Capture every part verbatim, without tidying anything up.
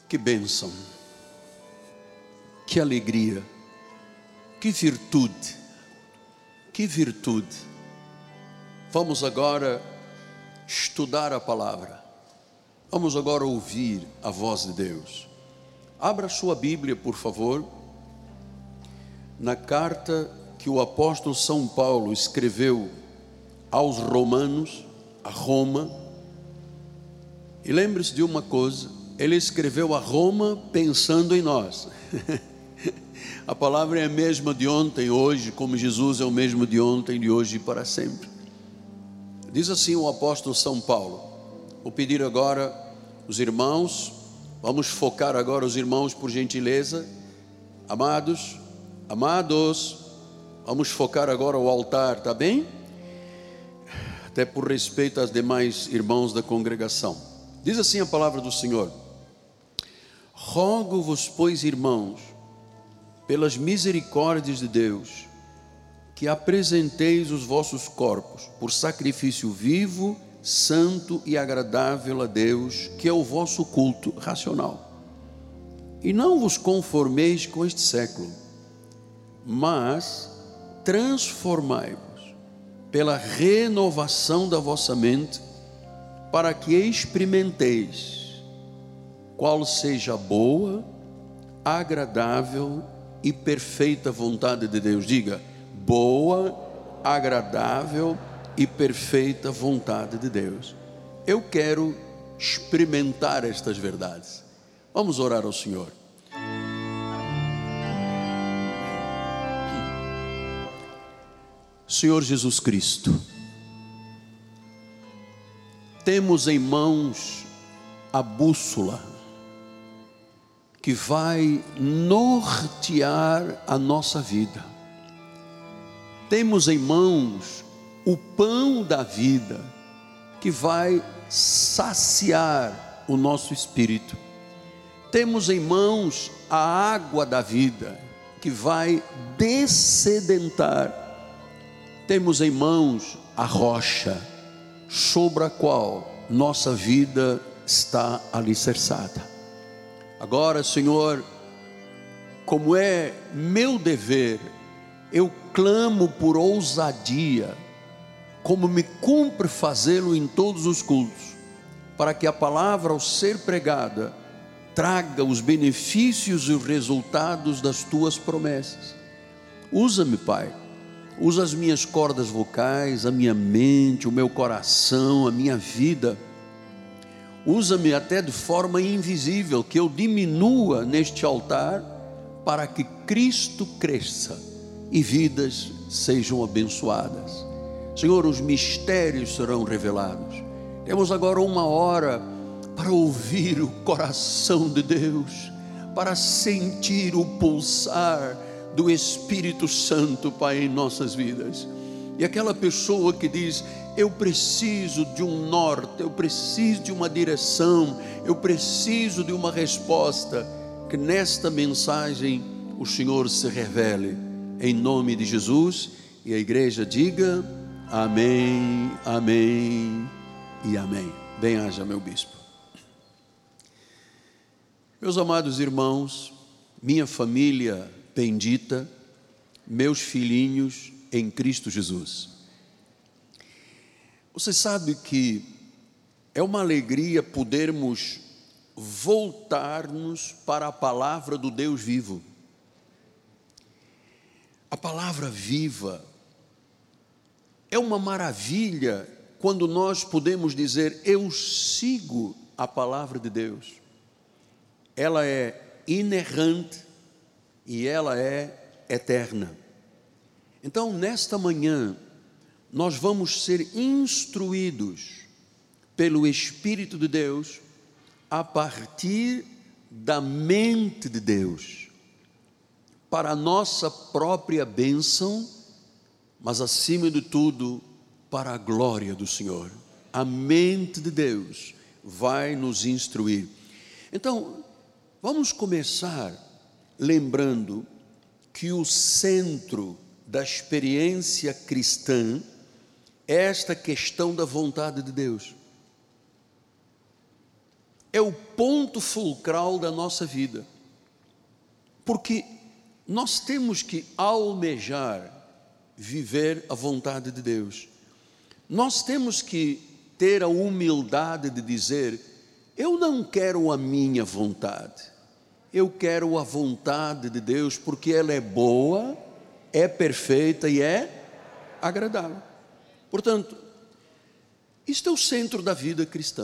Que bênção, que alegria, que virtude, que virtude. Vamos agora estudar a palavra, vamos agora ouvir a voz de Deus. Abra sua Bíblia, por favor, na carta que o apóstolo São Paulo escreveu aos Romanos, a Roma. E lembre-se de uma coisa: ele escreveu a Roma pensando em nós. A palavra é a mesma de ontem, hoje, como Jesus é o mesmo de ontem, de hoje e para sempre. Diz assim o apóstolo São Paulo. Vou pedir agora os irmãos, vamos focar agora os irmãos, por gentileza. Amados, amados, vamos focar agora o altar, tá bem? Até por respeito aos demais irmãos da congregação. Diz assim a palavra do Senhor: rogo-vos, pois, irmãos, pelas misericórdias de Deus, que apresenteis os vossos corpos por sacrifício vivo, santo e agradável a Deus, que é o vosso culto racional. E não vos conformeis com este século, mas transformai-vos pela renovação da vossa mente, para que experimenteis qual seja a boa, agradável e perfeita vontade de Deus. Diga: boa, agradável e perfeita vontade de Deus. Eu quero experimentar estas verdades. Vamos orar ao Senhor. Senhor Jesus Cristo, temos em mãos a bússola que vai nortear a nossa vida. Temos em mãos o pão da vida que vai saciar o nosso espírito. Temos em mãos a água da vida que vai dessedentar. Temos em mãos a rocha sobre a qual nossa vida está alicerçada. Agora, Senhor, como é meu dever, eu clamo por ousadia, como me cumpre fazê-lo em todos os cultos, para que a palavra, ao ser pregada, traga os benefícios e os resultados das tuas promessas. Usa-me, Pai, usa as minhas cordas vocais, a minha mente, o meu coração, a minha vida. Usa-me até de forma invisível, que eu diminua neste altar, para que Cristo cresça e vidas sejam abençoadas. Senhor, os mistérios serão revelados. Temos agora uma hora para ouvir o coração de Deus, para sentir o pulsar do Espírito Santo, Pai, em nossas vidas. E aquela pessoa que diz: eu preciso de um norte, eu preciso de uma direção, eu preciso de uma resposta, que nesta mensagem o Senhor se revele, em nome de Jesus. E a igreja diga amém, amém e amém. Bem-haja, meu bispo. Meus amados irmãos, minha família bendita, meus filhinhos em Cristo Jesus, você sabe que é uma alegria podermos voltar-nos para a palavra do Deus vivo. A palavra viva é uma maravilha quando nós podemos dizer: eu sigo a palavra de Deus. Ela é inerrante e ela é eterna. Então, nesta manhã, nós vamos ser instruídos pelo Espírito de Deus a partir da mente de Deus, para a nossa própria bênção, mas acima de tudo, para a glória do Senhor. A mente de Deus vai nos instruir. Então, vamos começar lembrando que o centro da experiência cristã é esta questão da vontade de Deus. é o ponto fulcral da nossa vida, porque nós temos que almejar viver a vontade de Deus. Nós temos que ter a humildade de dizer: eu não quero a minha vontade, eu quero a vontade de Deus, porque ela é boa, é perfeita e é agradável. Portanto, isto é o centro da vida cristã.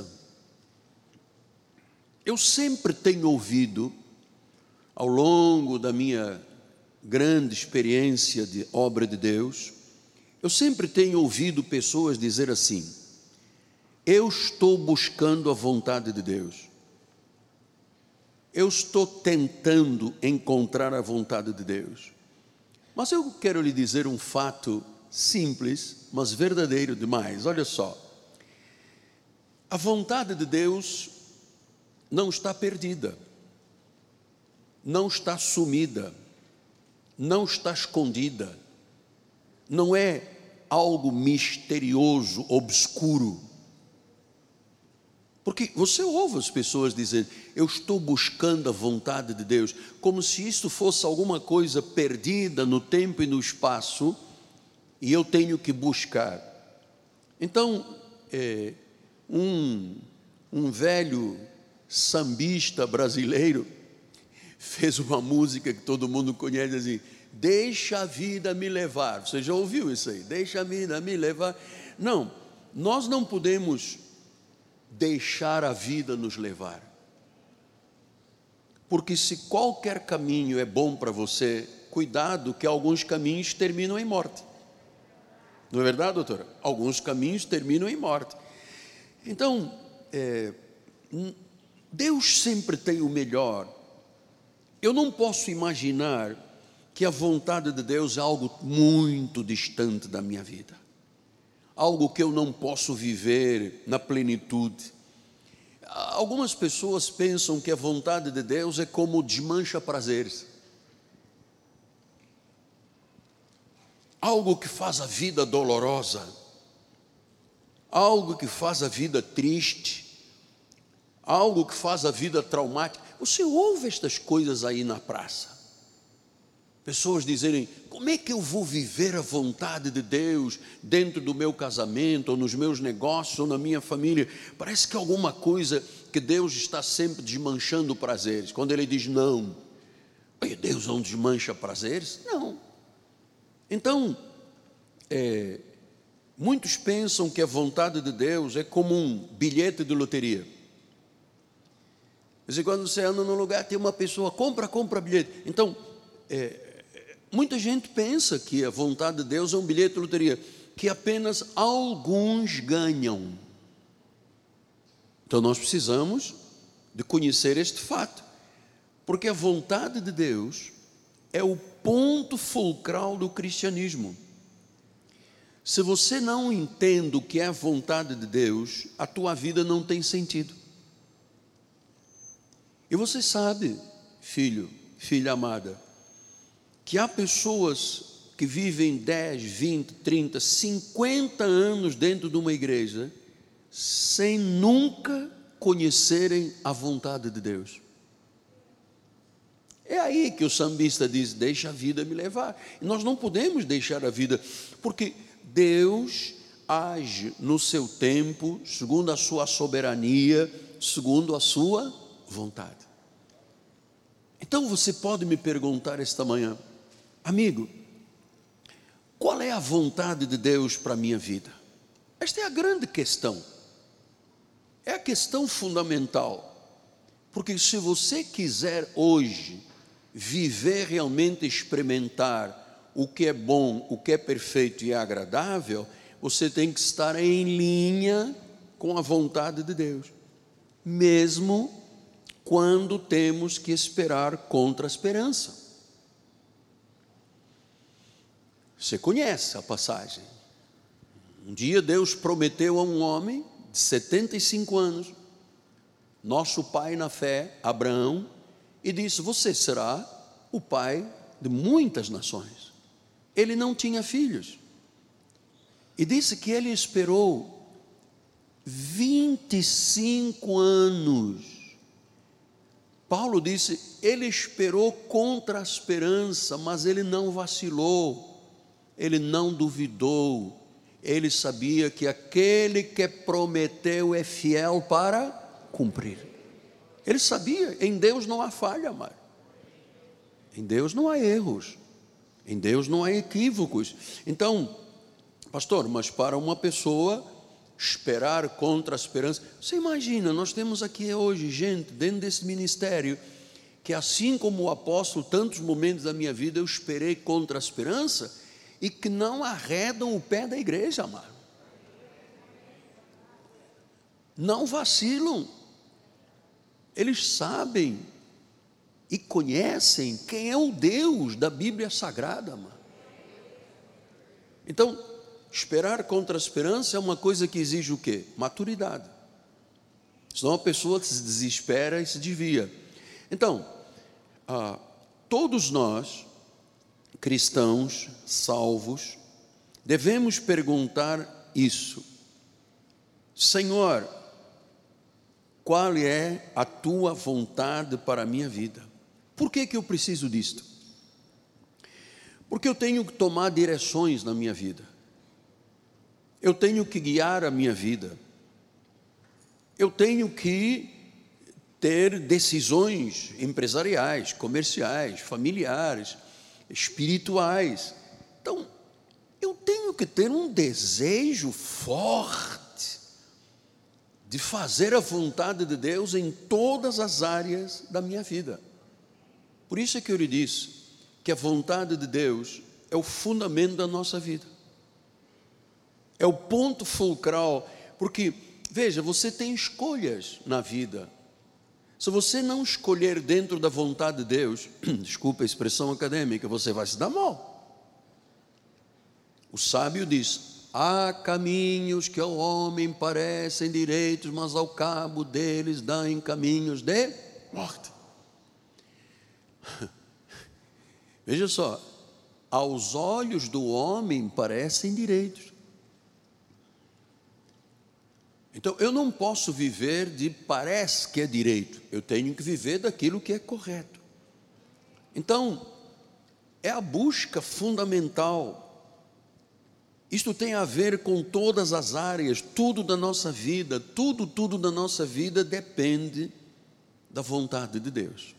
Eu sempre tenho ouvido, ao longo da minha grande experiência de obra de Deus, eu sempre tenho ouvido pessoas dizer assim: eu estou buscando a vontade de Deus, eu estou tentando encontrar a vontade de Deus. Mas eu quero lhe dizer um fato simples, mas verdadeiro demais. Olha só, a vontade de Deus não está perdida, não está sumida, não está escondida, não é algo misterioso, obscuro. Porque você ouve as pessoas dizendo: eu estou buscando a vontade de Deus, como se isso fosse alguma coisa perdida no tempo e no espaço, e eu tenho que buscar. Então, é, um, um velho sambista brasileiro fez uma música que todo mundo conhece assim: deixa a vida me levar. Você já ouviu isso aí? Deixa a vida me levar. Não, nós não podemos deixar a vida nos levar, porque se qualquer caminho é bom para você, cuidado que alguns caminhos terminam em morte. Não é verdade, doutora? Alguns caminhos terminam em morte. Então, é, Deus sempre tem o melhor. Eu não posso imaginar que a vontade de Deus é algo muito distante da minha vida, algo que eu não posso viver na plenitude. Algumas pessoas pensam que a vontade de Deus é como desmancha prazeres, algo que faz a vida dolorosa, algo que faz a vida triste, algo que faz a vida traumática. Você ouve estas coisas aí na praça, pessoas dizerem: como é que eu vou viver a vontade de Deus dentro do meu casamento, ou nos meus negócios, ou na minha família? Parece que alguma coisa que Deus está sempre desmanchando prazeres. Quando Ele diz não, Deus não desmancha prazeres? Não. Então, é, muitos pensam que a vontade de Deus é como um bilhete de loteria. E quando você anda num lugar, tem uma pessoa: compra, compra bilhete. Então, é, muita gente pensa que a vontade de Deus é um bilhete de loteria, que apenas alguns ganham. Então nós precisamos de conhecer este fato, porque a vontade de Deus é o ponto fulcral do cristianismo. Se você não entende o que é a vontade de Deus, a tua vida não tem sentido. E você sabe, filho, filha amada, que há pessoas que vivem dez, vinte, trinta, cinquenta anos dentro de uma igreja sem nunca conhecerem a vontade de Deus. É aí que o sambista diz: deixa a vida me levar. E nós não podemos deixar a vida, porque Deus age no seu tempo, segundo a sua soberania, segundo a sua vontade. Então você pode me perguntar esta manhã: amigo, qual é a vontade de Deus para a minha vida? Esta é a grande questão, é a questão fundamental, porque se você quiser hoje viver realmente, experimentar o que é bom, o que é perfeito e agradável, você tem que estar em linha com a vontade de Deus, mesmo quando temos que esperar contra a esperança. Você conhece a passagem. Um dia Deus prometeu a um homem de setenta e cinco anos, nosso pai na fé, Abraão, e disse: você será o pai de muitas nações. Ele não tinha filhos, e disse que ele esperou vinte e cinco anos Paulo disse, ele esperou contra a esperança, mas ele não vacilou, ele não duvidou, ele sabia que aquele que prometeu é fiel para cumprir. Ele sabia, em Deus não há falha, amado. Em Deus não há erros, em Deus não há equívocos. Então, pastor, mas para uma pessoa esperar contra a esperança, você imagina, nós temos aqui hoje gente dentro desse ministério, que assim como o apóstolo, tantos momentos da minha vida eu esperei contra a esperança, e que não arredam o pé da igreja, amado. Não vacilam, eles sabem e conhecem quem é o Deus da Bíblia Sagrada, amado. Então, esperar contra a esperança é uma coisa que exige o quê? Maturidade. Senão a pessoa se desespera e se desvia. Então, ah, todos nós, cristãos, salvos, devemos perguntar isso: Senhor, qual é a tua vontade para a minha vida? Por que que eu preciso disto? Porque eu tenho que tomar direções na minha vida. Eu tenho que guiar a minha vida. Eu tenho que ter decisões empresariais, comerciais, familiares, espirituais. Então, eu tenho que ter um desejo forte de fazer a vontade de Deus em todas as áreas da minha vida. Por isso é que eu lhe disse que a vontade de Deus é o fundamento da nossa vida. É o ponto fulcral, porque, veja, você tem escolhas na vida. Se você não escolher dentro da vontade de Deus, desculpa a expressão acadêmica, você vai se dar mal. O sábio diz, há caminhos que ao homem parecem direitos, mas ao cabo deles dão caminhos de morte. Veja só, aos olhos do homem parecem direitos. Então, eu não posso viver de parece que é direito, eu tenho que viver daquilo que é correto. Então, é a busca fundamental. Isto tem a ver com todas as áreas, tudo da nossa vida, tudo, tudo da nossa vida depende da vontade de Deus.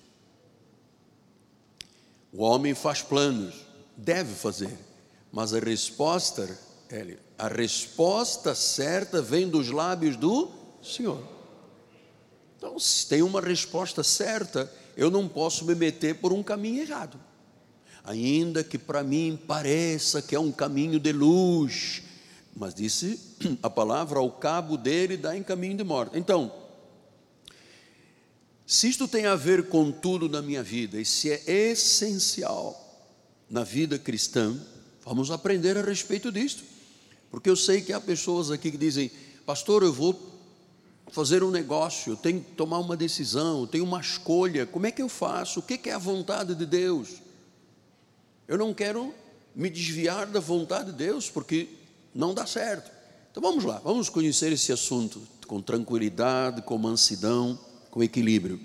O homem faz planos, deve fazer, mas a resposta, a resposta certa vem dos lábios do Senhor. Então, se tem uma resposta certa, eu não posso me meter por um caminho errado. Ainda que para mim pareça que é um caminho de luz, mas disse a palavra, ao cabo dele dá em caminho de morte. Então, se isto tem a ver com tudo na minha vida, e se é essencial na vida cristã, vamos aprender a respeito disto, porque eu sei que há pessoas aqui que dizem, pastor, eu vou fazer um negócio, eu tenho que tomar uma decisão, eu tenho uma escolha, como é que eu faço? O que é a vontade de Deus? Eu não quero me desviar da vontade de Deus, porque não dá certo. Então vamos lá, vamos conhecer esse assunto com tranquilidade, com mansidão, com equilíbrio.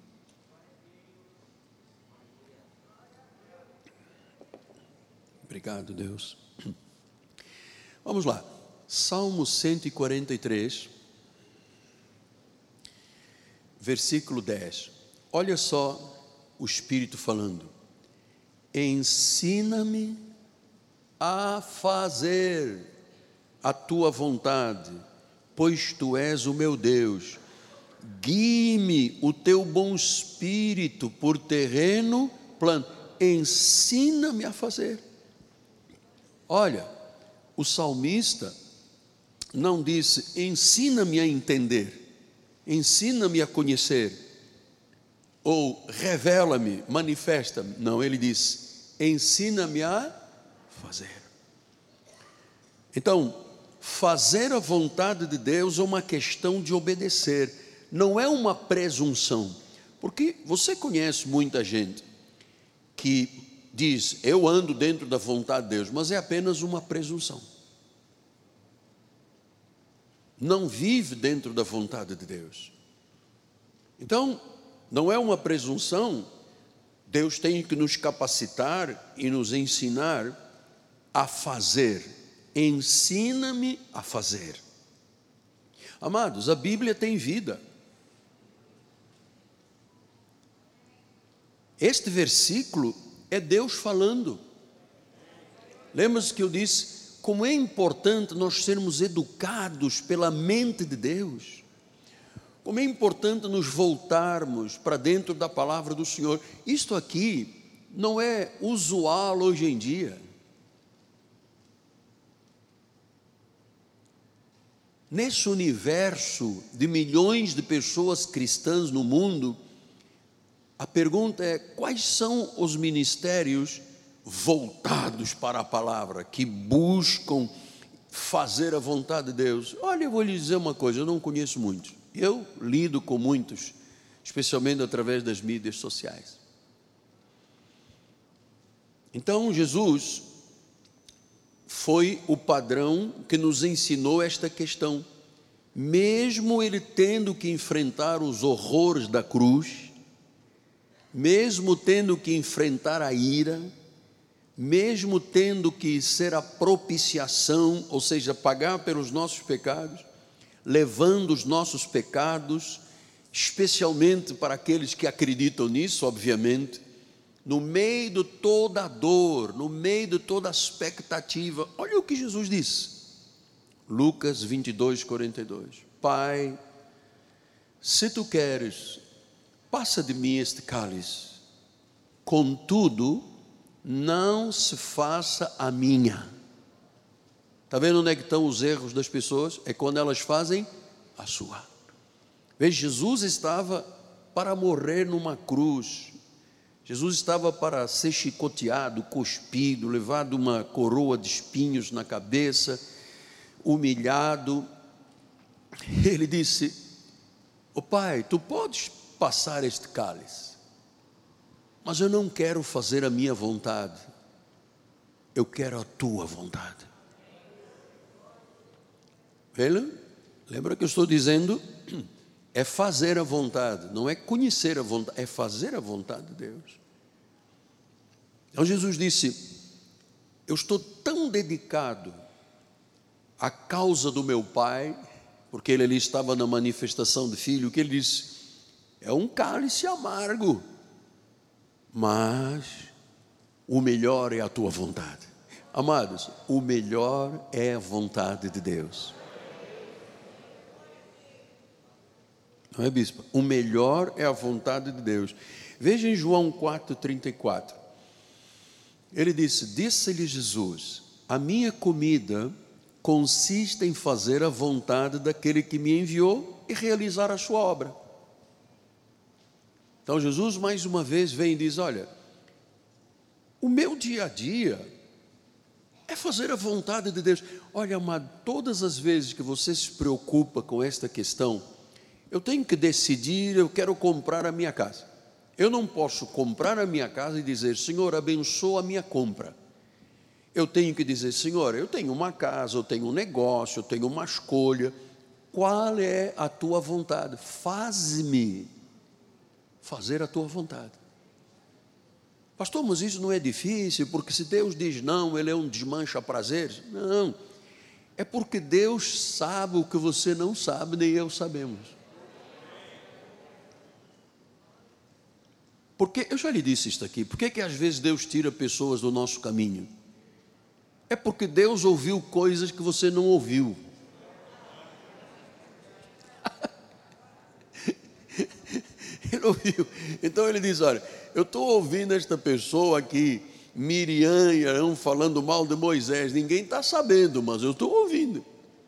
Obrigado, Deus. Vamos lá, Salmo cento e quarenta e três, versículo dez. Olha só o Espírito falando. Ensina-me a fazer a tua vontade, pois tu és o meu Deus. Guie-me o teu bom espírito por terreno plano. Ensina-me a fazer. Olha, o salmista não disse, ensina-me a entender, ensina-me a conhecer, ou revela-me, manifesta-me. Não, ele disse, ensina-me a fazer. Então, fazer a vontade de Deus é uma questão de obedecer, não é uma presunção, porque você conhece muita gente que diz, eu ando dentro da vontade de Deus, mas é apenas uma presunção. Não vive dentro da vontade de Deus. Então, Não é uma presunção. Deus tem que nos capacitar e nos ensinar a fazer. Ensina-me a fazer. Amados, a Bíblia tem vida. Este versículo é Deus falando. Lembra-se que eu disse como é importante nós sermos educados pela mente de Deus. Como é importante nos voltarmos para dentro da palavra do Senhor. Isto aqui não é usual hoje em dia. Nesse universo de milhões de pessoas cristãs no mundo, a pergunta é: quais são os ministérios voltados para a palavra, que buscam fazer a vontade de Deus? Olha, eu vou lhe dizer uma coisa, eu não conheço muitos. Eu lido com muitos, especialmente através das mídias sociais. Então, Jesus foi o padrão que nos ensinou esta questão. Mesmo ele tendo que enfrentar os horrores da cruz, mesmo tendo que enfrentar a ira, mesmo tendo que ser a propiciação, ou seja, pagar pelos nossos pecados, levando os nossos pecados, especialmente para aqueles que acreditam nisso, obviamente, no meio de toda a dor, no meio de toda a expectativa. Olha o que Jesus disse, Lucas vinte e dois, quarenta e dois. Pai, se tu queres, passa de mim este cálice, contudo, não se faça a minha. Está vendo onde é que estão os erros das pessoas? É quando elas fazem a sua. Veja, Jesus estava para morrer numa cruz. Jesus estava para ser chicoteado, cuspido, levado uma coroa de espinhos na cabeça, humilhado. Ele disse: "Ó Pai, tu podes passar este cálice, mas eu não quero fazer a minha vontade, eu quero a tua vontade." Ele, lembra que eu estou dizendo, é fazer a vontade, não é conhecer a vontade, é fazer a vontade de Deus. Então Jesus disse: eu estou tão dedicado à causa do meu Pai, porque ele ali estava na manifestação de filho, que ele disse: é um cálice amargo, mas o melhor é a tua vontade. Amados, o melhor é a vontade de Deus. Não é, bispo? O melhor é a vontade de Deus. Veja em João quatro, trinta e quatro. Ele disse: disse-lhe Jesus: a minha comida consiste em fazer a vontade daquele que me enviou e realizar a sua obra. Então Jesus mais uma vez vem e diz: olha, o meu dia a dia é fazer a vontade de Deus. Olha, amado, todas as vezes que você se preocupa com esta questão, eu tenho que decidir, eu quero comprar a minha casa. Eu não posso comprar a minha casa e dizer: Senhor, abençoa a minha compra. Eu tenho que dizer: Senhor, eu tenho uma casa, eu tenho um negócio, eu tenho uma escolha. Qual é a tua vontade? Faz-me fazer a tua vontade. Pastor, mas isso não é difícil, porque se Deus diz não, Ele é um desmancha prazeres. Não, é porque Deus sabe o que você não sabe, nem eu sabemos. Porque, eu já lhe disse isto aqui, por que que às vezes Deus tira pessoas do nosso caminho? É porque Deus ouviu coisas que você não ouviu. Ele ouviu. Então ele diz: olha, eu estou ouvindo esta pessoa aqui, Miriam e Arão, falando mal de Moisés. Ninguém está sabendo, mas eu estou ouvindo.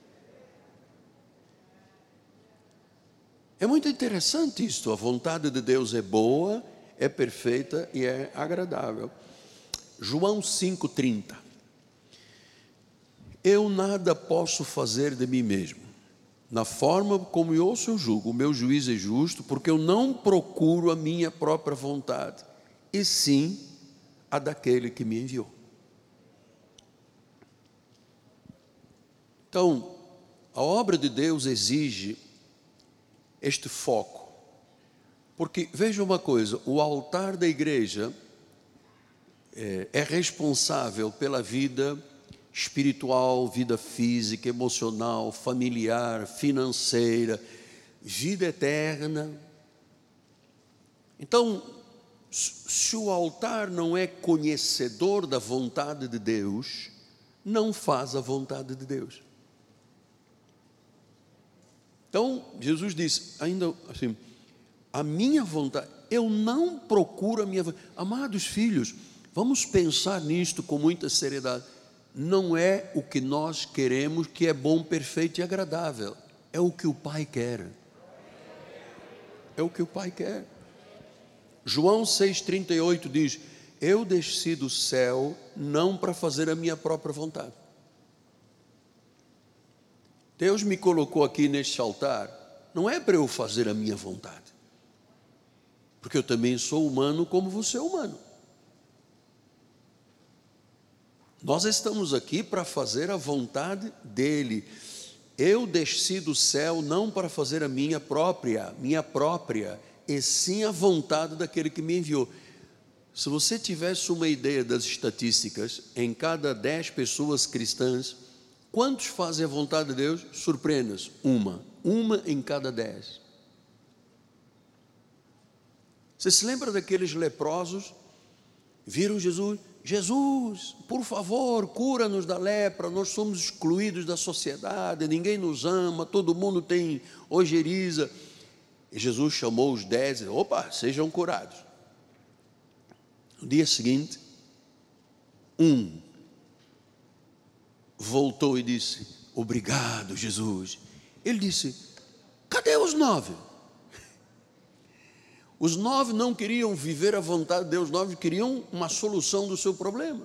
É muito interessante isto. A vontade de Deus é boa, é perfeita e é agradável. João cinco, trinta. Eu nada posso fazer de mim mesmo. Na forma como eu sou julgo, o meu juízo é justo, porque eu não procuro a minha própria vontade, e sim a daquele que me enviou. Então, a obra de Deus exige este foco, Porque, veja uma coisa, o altar da igreja é, é responsável pela vida espiritual, vida física, emocional, familiar, financeira, vida eterna. Então, se o altar não é conhecedor da vontade de Deus, não faz a vontade de Deus. Então, Jesus disse, ainda assim, a minha vontade, eu não procuro a minha vontade. Amados filhos, vamos pensar nisto com muita seriedade. Não é o que nós queremos que é bom, perfeito e agradável. É o que o Pai quer. É o que o Pai quer. João seis, trinta e oito diz, eu desci do céu não para fazer a minha própria vontade. Deus me colocou aqui neste altar, não é para eu fazer a minha vontade, porque eu também sou humano como você é humano. Nós estamos aqui para fazer a vontade dEle. Eu desci do céu não para fazer a minha própria, minha própria, e sim a vontade daquele que me enviou. Se você tivesse uma ideia das estatísticas, em cada dez pessoas cristãs, quantos fazem a vontade de Deus? Surpreenda-se, uma. Uma em cada dez. Você se lembra daqueles leprosos? Viram Jesus? Jesus, por favor, cura-nos da lepra, nós somos excluídos da sociedade, ninguém nos ama, todo mundo tem ojeriza. E Jesus chamou os dez e disse, opa, sejam curados. No dia seguinte, um voltou e disse, obrigado, Jesus. Ele disse, cadê os nove? Os nove não queriam viver a vontade de Deus, os nove queriam uma solução do seu problema.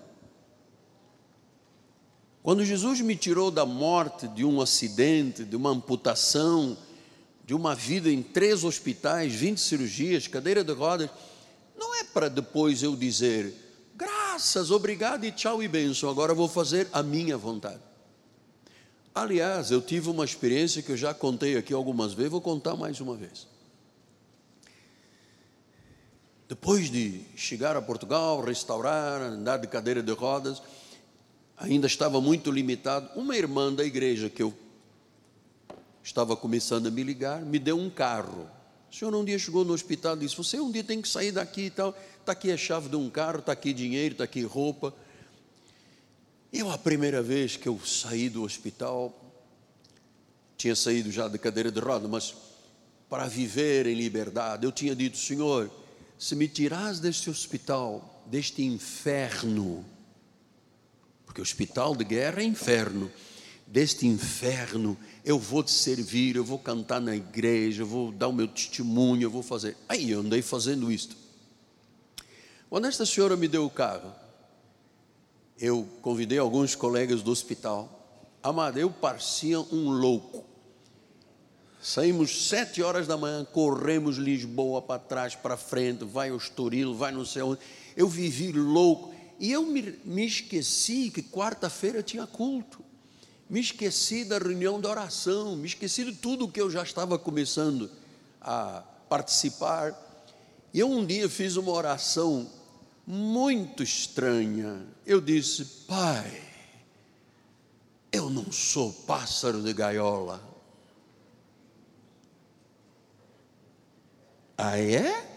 Quando Jesus me tirou da morte, de um acidente, de uma amputação, de uma vida em três hospitais, vinte cirurgias, cadeira de rodas, não é para depois eu dizer, graças, obrigado e tchau e bênção, agora vou fazer a minha vontade. Aliás, eu tive uma experiência que eu já contei aqui algumas vezes, vou contar mais uma vez. Depois de chegar a Portugal, restaurar, andar de cadeira de rodas, ainda estava muito limitado. Uma irmã da igreja que eu estava começando a me ligar, me deu um carro. O senhor um dia chegou no hospital e disse, você um dia tem que sair daqui e tal, está aqui a chave de um carro, está aqui dinheiro, está aqui roupa. Eu, a primeira vez que eu saí do hospital, tinha saído já de cadeira de rodas, mas para viver em liberdade, eu tinha dito, Senhor, se me tirares deste hospital, deste inferno, porque hospital de guerra é inferno, deste inferno, eu vou te servir, eu vou cantar na igreja, eu vou dar o meu testemunho, eu vou fazer. Aí eu andei fazendo isto. Quando esta senhora me deu o carro, eu convidei alguns colegas do hospital. Amado, eu parecia um louco. Saímos sete horas da manhã, corremos Lisboa para trás, para frente, vai ao Estoril, vai no céu. Eu vivi louco. E eu me, me esqueci que quarta-feira tinha culto. Me esqueci da reunião de oração, me esqueci de tudo que eu já estava começando a participar. E eu um dia fiz uma oração muito estranha. Eu disse, Pai, eu não sou pássaro de gaiola. Ah, é?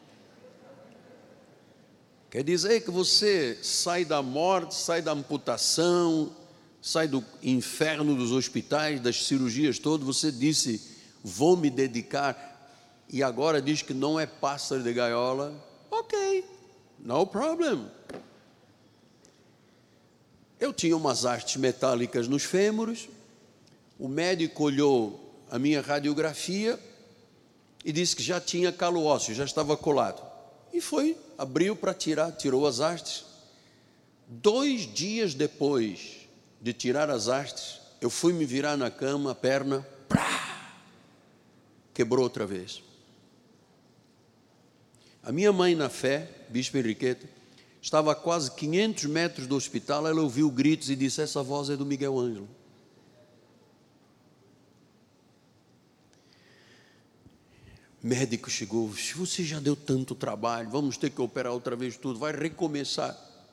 Quer dizer que você sai da morte, sai da amputação, sai do inferno dos hospitais, das cirurgias todas, você disse, vou me dedicar, e agora diz que não é pássaro de gaiola. Ok, no problem. Eu tinha umas hastes metálicas nos fêmures, o médico olhou a minha radiografia e disse que já tinha calo ósseo, já estava colado. E foi, abriu para tirar, tirou as hastes. Dois dias depois de tirar as hastes, eu fui me virar na cama, a perna, prá, quebrou outra vez. A minha mãe na fé, Bispo Henriqueta, estava a quase quinhentos metros do hospital, ela ouviu gritos e disse, essa voz é do Miguel Ângelo. médico chegou, você já deu tanto trabalho, vamos ter que operar outra vez tudo, vai recomeçar.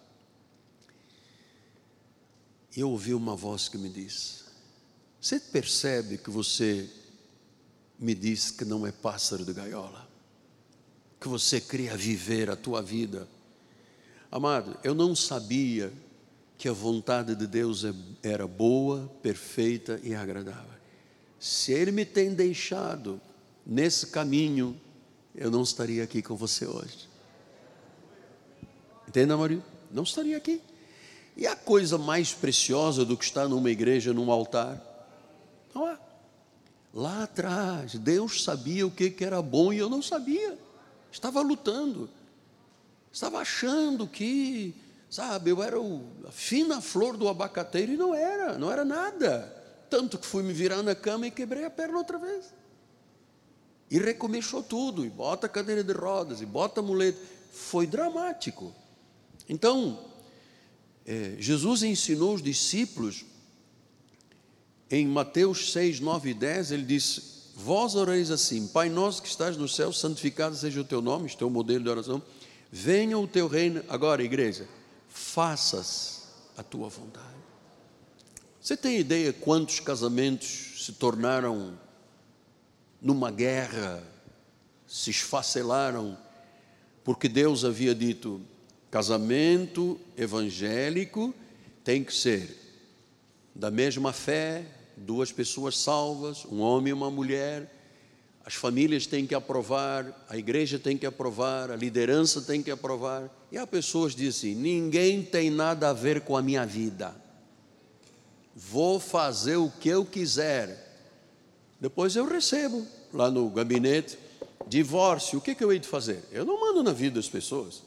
E eu ouvi uma voz que me disse, você percebe que você me disse que não é pássaro de gaiola, que você queria viver a tua vida? Amado, eu não sabia que a vontade de Deus era boa, perfeita e agradável. Se Ele me tem deixado nesse caminho, eu não estaria aqui com você hoje. Entende, Maria? Não estaria aqui. E a coisa mais preciosa do que estar numa igreja, num altar, não há. Lá atrás, Deus sabia o que era bom e eu não sabia. Estava lutando. Estava achando que, sabe, eu era o, a fina flor do abacateiro e não era, não era nada. Tanto que fui me virar na cama e quebrei a perna outra vez. E recomeçou tudo, e bota a cadeira de rodas, e bota a muleta. Foi dramático. Então, é, Jesus ensinou os discípulos, em Mateus seis, nove e dez, ele disse, vós orareis assim, Pai nosso que estás no céu, santificado seja o teu nome, este é o modelo de oração, venha o teu reino, agora igreja, faças a tua vontade. Você tem ideia quantos casamentos se tornaram numa guerra, se esfacelaram, porque Deus havia dito, casamento evangélico tem que ser da mesma fé, duas pessoas salvas, um homem e uma mulher, as famílias têm que aprovar, a igreja tem que aprovar, a liderança tem que aprovar, e há pessoas que dizem assim, ninguém tem nada a ver com a minha vida, vou fazer o que eu quiser. Depois eu recebo lá no gabinete, divórcio, o que, que eu hei de fazer? Eu não mando na vida das pessoas.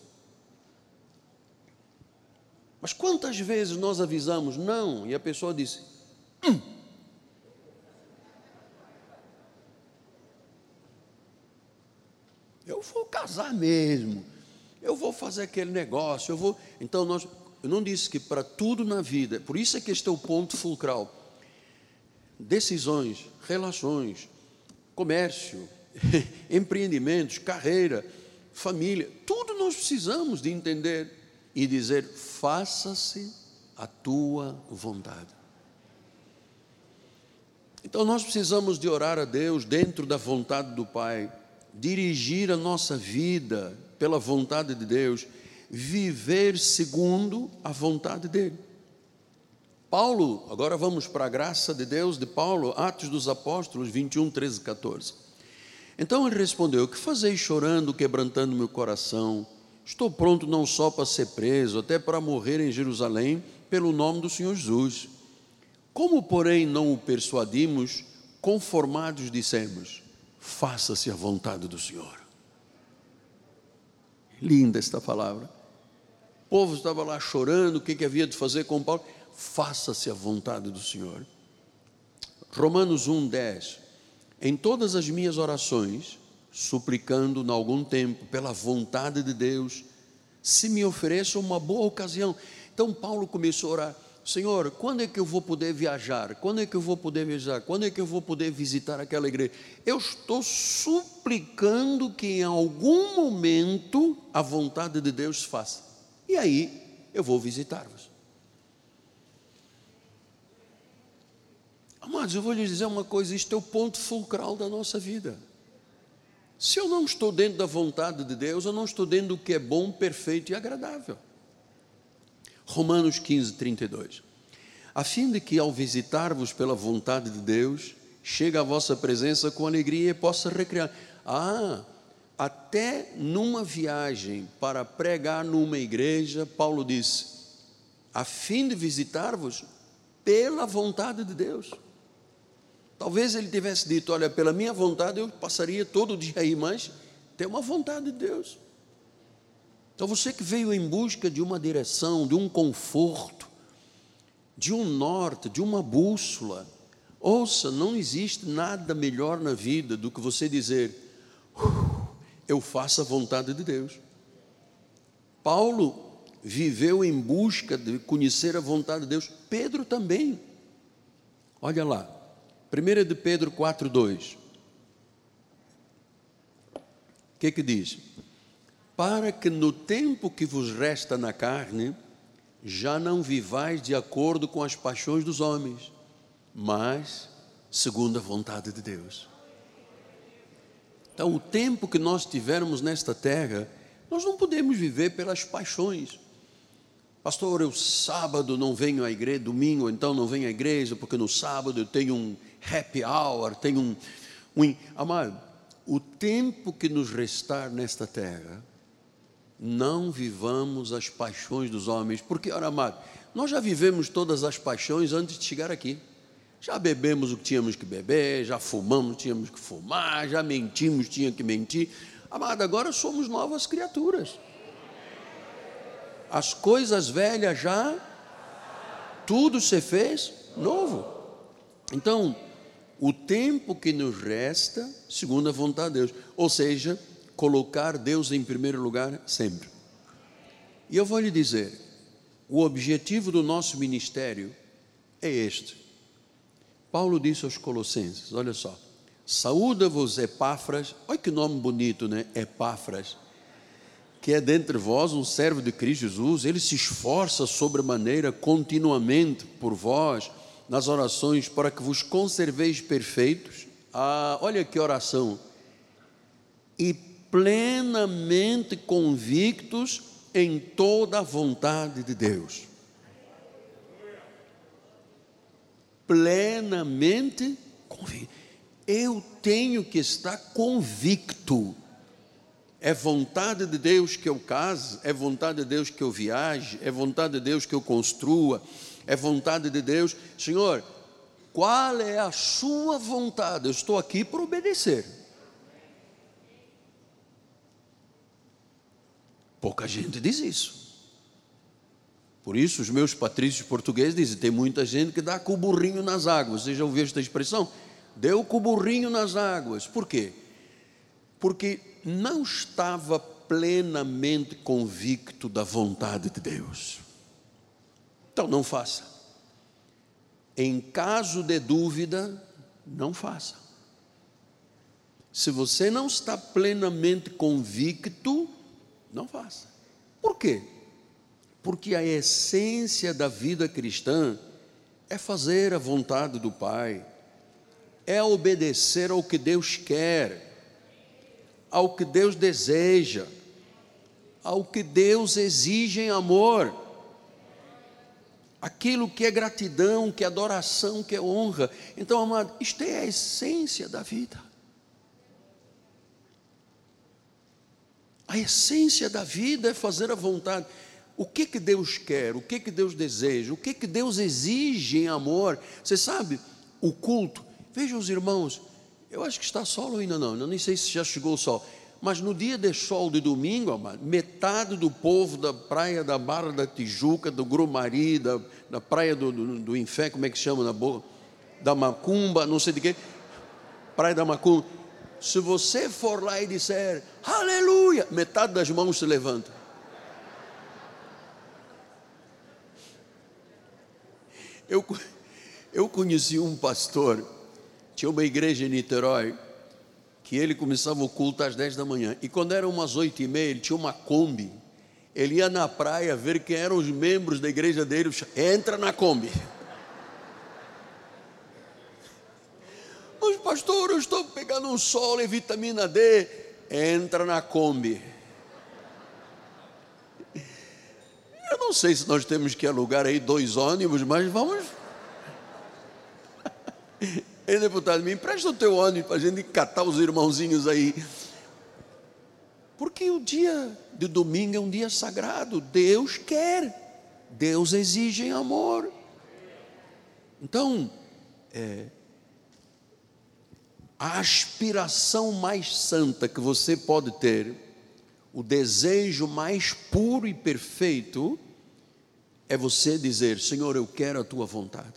Mas quantas vezes nós avisamos não, e a pessoa disse, hum. eu vou casar mesmo, eu vou fazer aquele negócio, eu vou... Então, nós, eu não disse que para tudo na vida, por isso é que este é o ponto fulcral, decisões, relações, comércio, empreendimentos, carreira, família, tudo nós precisamos de entender e dizer, faça-se a tua vontade. Então nós precisamos de orar a Deus dentro da vontade do Pai, dirigir a nossa vida pela vontade de Deus, viver segundo a vontade dEle. Paulo, agora vamos para a graça de Deus de Paulo, Atos dos Apóstolos vinte e um, treze, catorze. Então ele respondeu, que fazeis chorando, quebrantando meu coração? Estou pronto não só para ser preso, até para morrer em Jerusalém, pelo nome do Senhor Jesus. Como, porém, não o persuadimos, conformados dissemos, faça-se a vontade do Senhor. Linda esta palavra. O povo estava lá chorando, o que, que havia de fazer com Paulo? Faça-se a vontade do Senhor. Romanos um, dez. Em todas as minhas orações, suplicando em algum tempo, pela vontade de Deus, se me ofereça uma boa ocasião. Então Paulo começou a orar, Senhor, quando é que eu vou poder viajar? Quando é que eu vou poder viajar? Quando é que eu vou poder visitar aquela igreja? Eu estou suplicando que em algum momento a vontade de Deus se faça. E aí eu vou visitar-vos. Amados, eu vou lhes dizer uma coisa, isto é o ponto fulcral da nossa vida. Se eu não estou dentro da vontade de Deus, eu não estou dentro do que é bom, perfeito e agradável. Romanos quinze, trinta e dois. A fim de que ao visitar-vos pela vontade de Deus, chegue à vossa presença com alegria e possa recriar. Ah, até numa viagem para pregar numa igreja, Paulo disse, a fim de visitar-vos pela vontade de Deus. Talvez ele tivesse dito, olha, pela minha vontade eu passaria todo dia aí, mas tem uma vontade de Deus. Então você que veio em busca de uma direção, de um conforto, de um norte, de uma bússola, ouça, não existe nada melhor na vida do que você dizer, eu faço a vontade de Deus. Paulo viveu em busca de conhecer a vontade de Deus, Pedro também. Olha lá, primeira de Pedro quatro, dois. O que que diz? Para que no tempo que vos resta na carne, já não vivais de acordo com as paixões dos homens, mas segundo a vontade de Deus. Então, o tempo que nós tivermos nesta terra, nós não podemos viver pelas paixões. Pastor, eu sábado não venho à igreja, domingo então não venho à igreja, porque no sábado eu tenho um happy hour, tenho um... um... Amado, o tempo que nos restar nesta terra, não vivamos as paixões dos homens, porque, ora, amado, nós já vivemos todas as paixões antes de chegar aqui. Já bebemos o que tínhamos que beber, já fumamos o que tínhamos que fumar, já mentimos o que tínhamos que mentir. Amado, agora somos novas criaturas. As coisas velhas já, tudo se fez novo. Então, o tempo que nos resta, segundo a vontade de Deus, ou seja, colocar Deus em primeiro lugar sempre. E eu vou lhe dizer, o objetivo do nosso ministério é este. Paulo disse aos Colossenses, olha só, saúda-vos Epáfras, olha que nome bonito, né? Epáfras, que é dentre vós um servo de Cristo Jesus, ele se esforça sobremaneira continuamente por vós, nas orações, para que vos conserveis perfeitos. Ah, olha que oração, e plenamente convictos em toda a vontade de Deus. Plenamente convicto. Eu tenho que estar convicto. É vontade de Deus que eu case, é vontade de Deus que eu viaje, é vontade de Deus que eu construa, é vontade de Deus. Senhor, qual é a sua vontade? Eu estou aqui para obedecer. Pouca gente diz isso. Por isso os meus patrícios portugueses dizem, tem muita gente que dá com o burrinho nas águas. Você já ouviu esta expressão? Deu com o burrinho nas águas. Por quê? Porque não estava plenamente convicto da vontade de Deus. Então não faça. Em caso de dúvida, não faça. Se você não está plenamente convicto, não faça. Por quê? Porque a essência da vida cristã é fazer a vontade do Pai, é obedecer ao que Deus quer, ao que Deus deseja, ao que Deus exige em amor, aquilo que é gratidão, que é adoração, que é honra. Então, amado, isto é a essência da vida. A essência da vida é fazer a vontade. O que que Deus quer? O que que Deus deseja? O que que Deus exige em amor? Você sabe, o culto, vejam os irmãos, eu acho que está sol ou ainda não, eu nem sei se já chegou o sol, mas no dia de sol de domingo, amado, metade do povo da praia da Barra da Tijuca, do Grumari, da, da praia do, do, do Infé, como é que chama na boa? Da Macumba, não sei de quê, praia da Macumba. Se você for lá e disser, aleluia, metade das mãos se levanta. Eu, eu conheci um pastor, tinha uma igreja em Niterói, que ele começava o culto às dez da manhã, e quando eram umas oito e meia, ele tinha uma Kombi, ele ia na praia ver quem eram os membros da igreja dele, entra na Kombi. Mas pastor, eu estou pegando um sol e vitamina D, entra na Kombi. Eu não sei se nós temos que alugar aí dois ônibus, mas vamos. Ei, deputado, me empresta o teu ônibus para a gente catar os irmãozinhos aí. Porque o dia de domingo é um dia sagrado. Deus quer, Deus exige em amor. Então, é, a aspiração mais santa que você pode ter, o desejo mais puro e perfeito, é você dizer, Senhor, eu quero a tua vontade.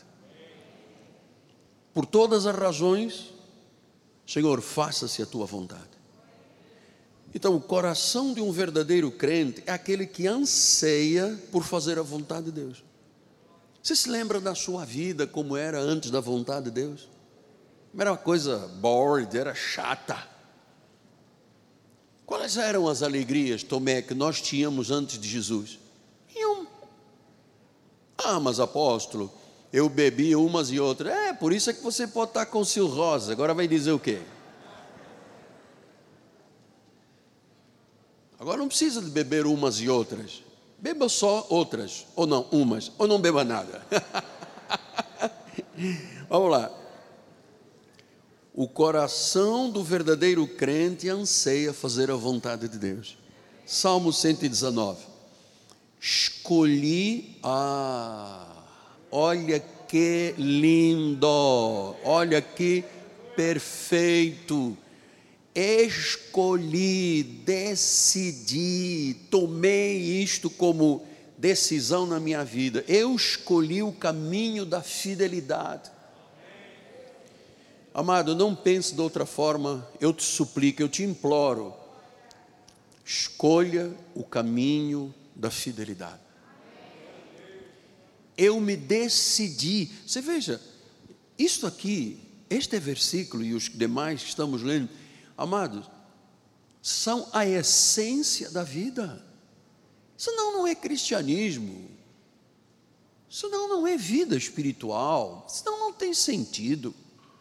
Por todas as razões, Senhor, faça-se a tua vontade. Então, o coração de um verdadeiro crente é aquele que anseia por fazer a vontade de Deus. Você se lembra da sua vida como era antes da vontade de Deus? Era uma coisa bored, era chata. Quais eram as alegrias, Tomé, que nós tínhamos antes de Jesus? Nenhum. Ah, mas apóstolo, eu bebi umas e outras. É, por isso é que você pode estar com cirrose. Agora vai dizer o quê? Agora não precisa de beber umas e outras. Beba só outras, ou não, umas, ou não beba nada. Vamos lá. O coração do verdadeiro crente anseia fazer a vontade de Deus. Salmo cento e dezenove. Escolhi, ah, olha que lindo, olha que perfeito. Escolhi, decidi, tomei isto como decisão na minha vida. Eu escolhi o caminho da fidelidade. Amado, não pense de outra forma, eu te suplico, eu te imploro, escolha o caminho da fidelidade. Eu me decidi. Você veja, isto aqui, este versículo e os demais que estamos lendo, amados, são a essência da vida. Senão não é cristianismo, senão não é vida espiritual, senão não tem sentido.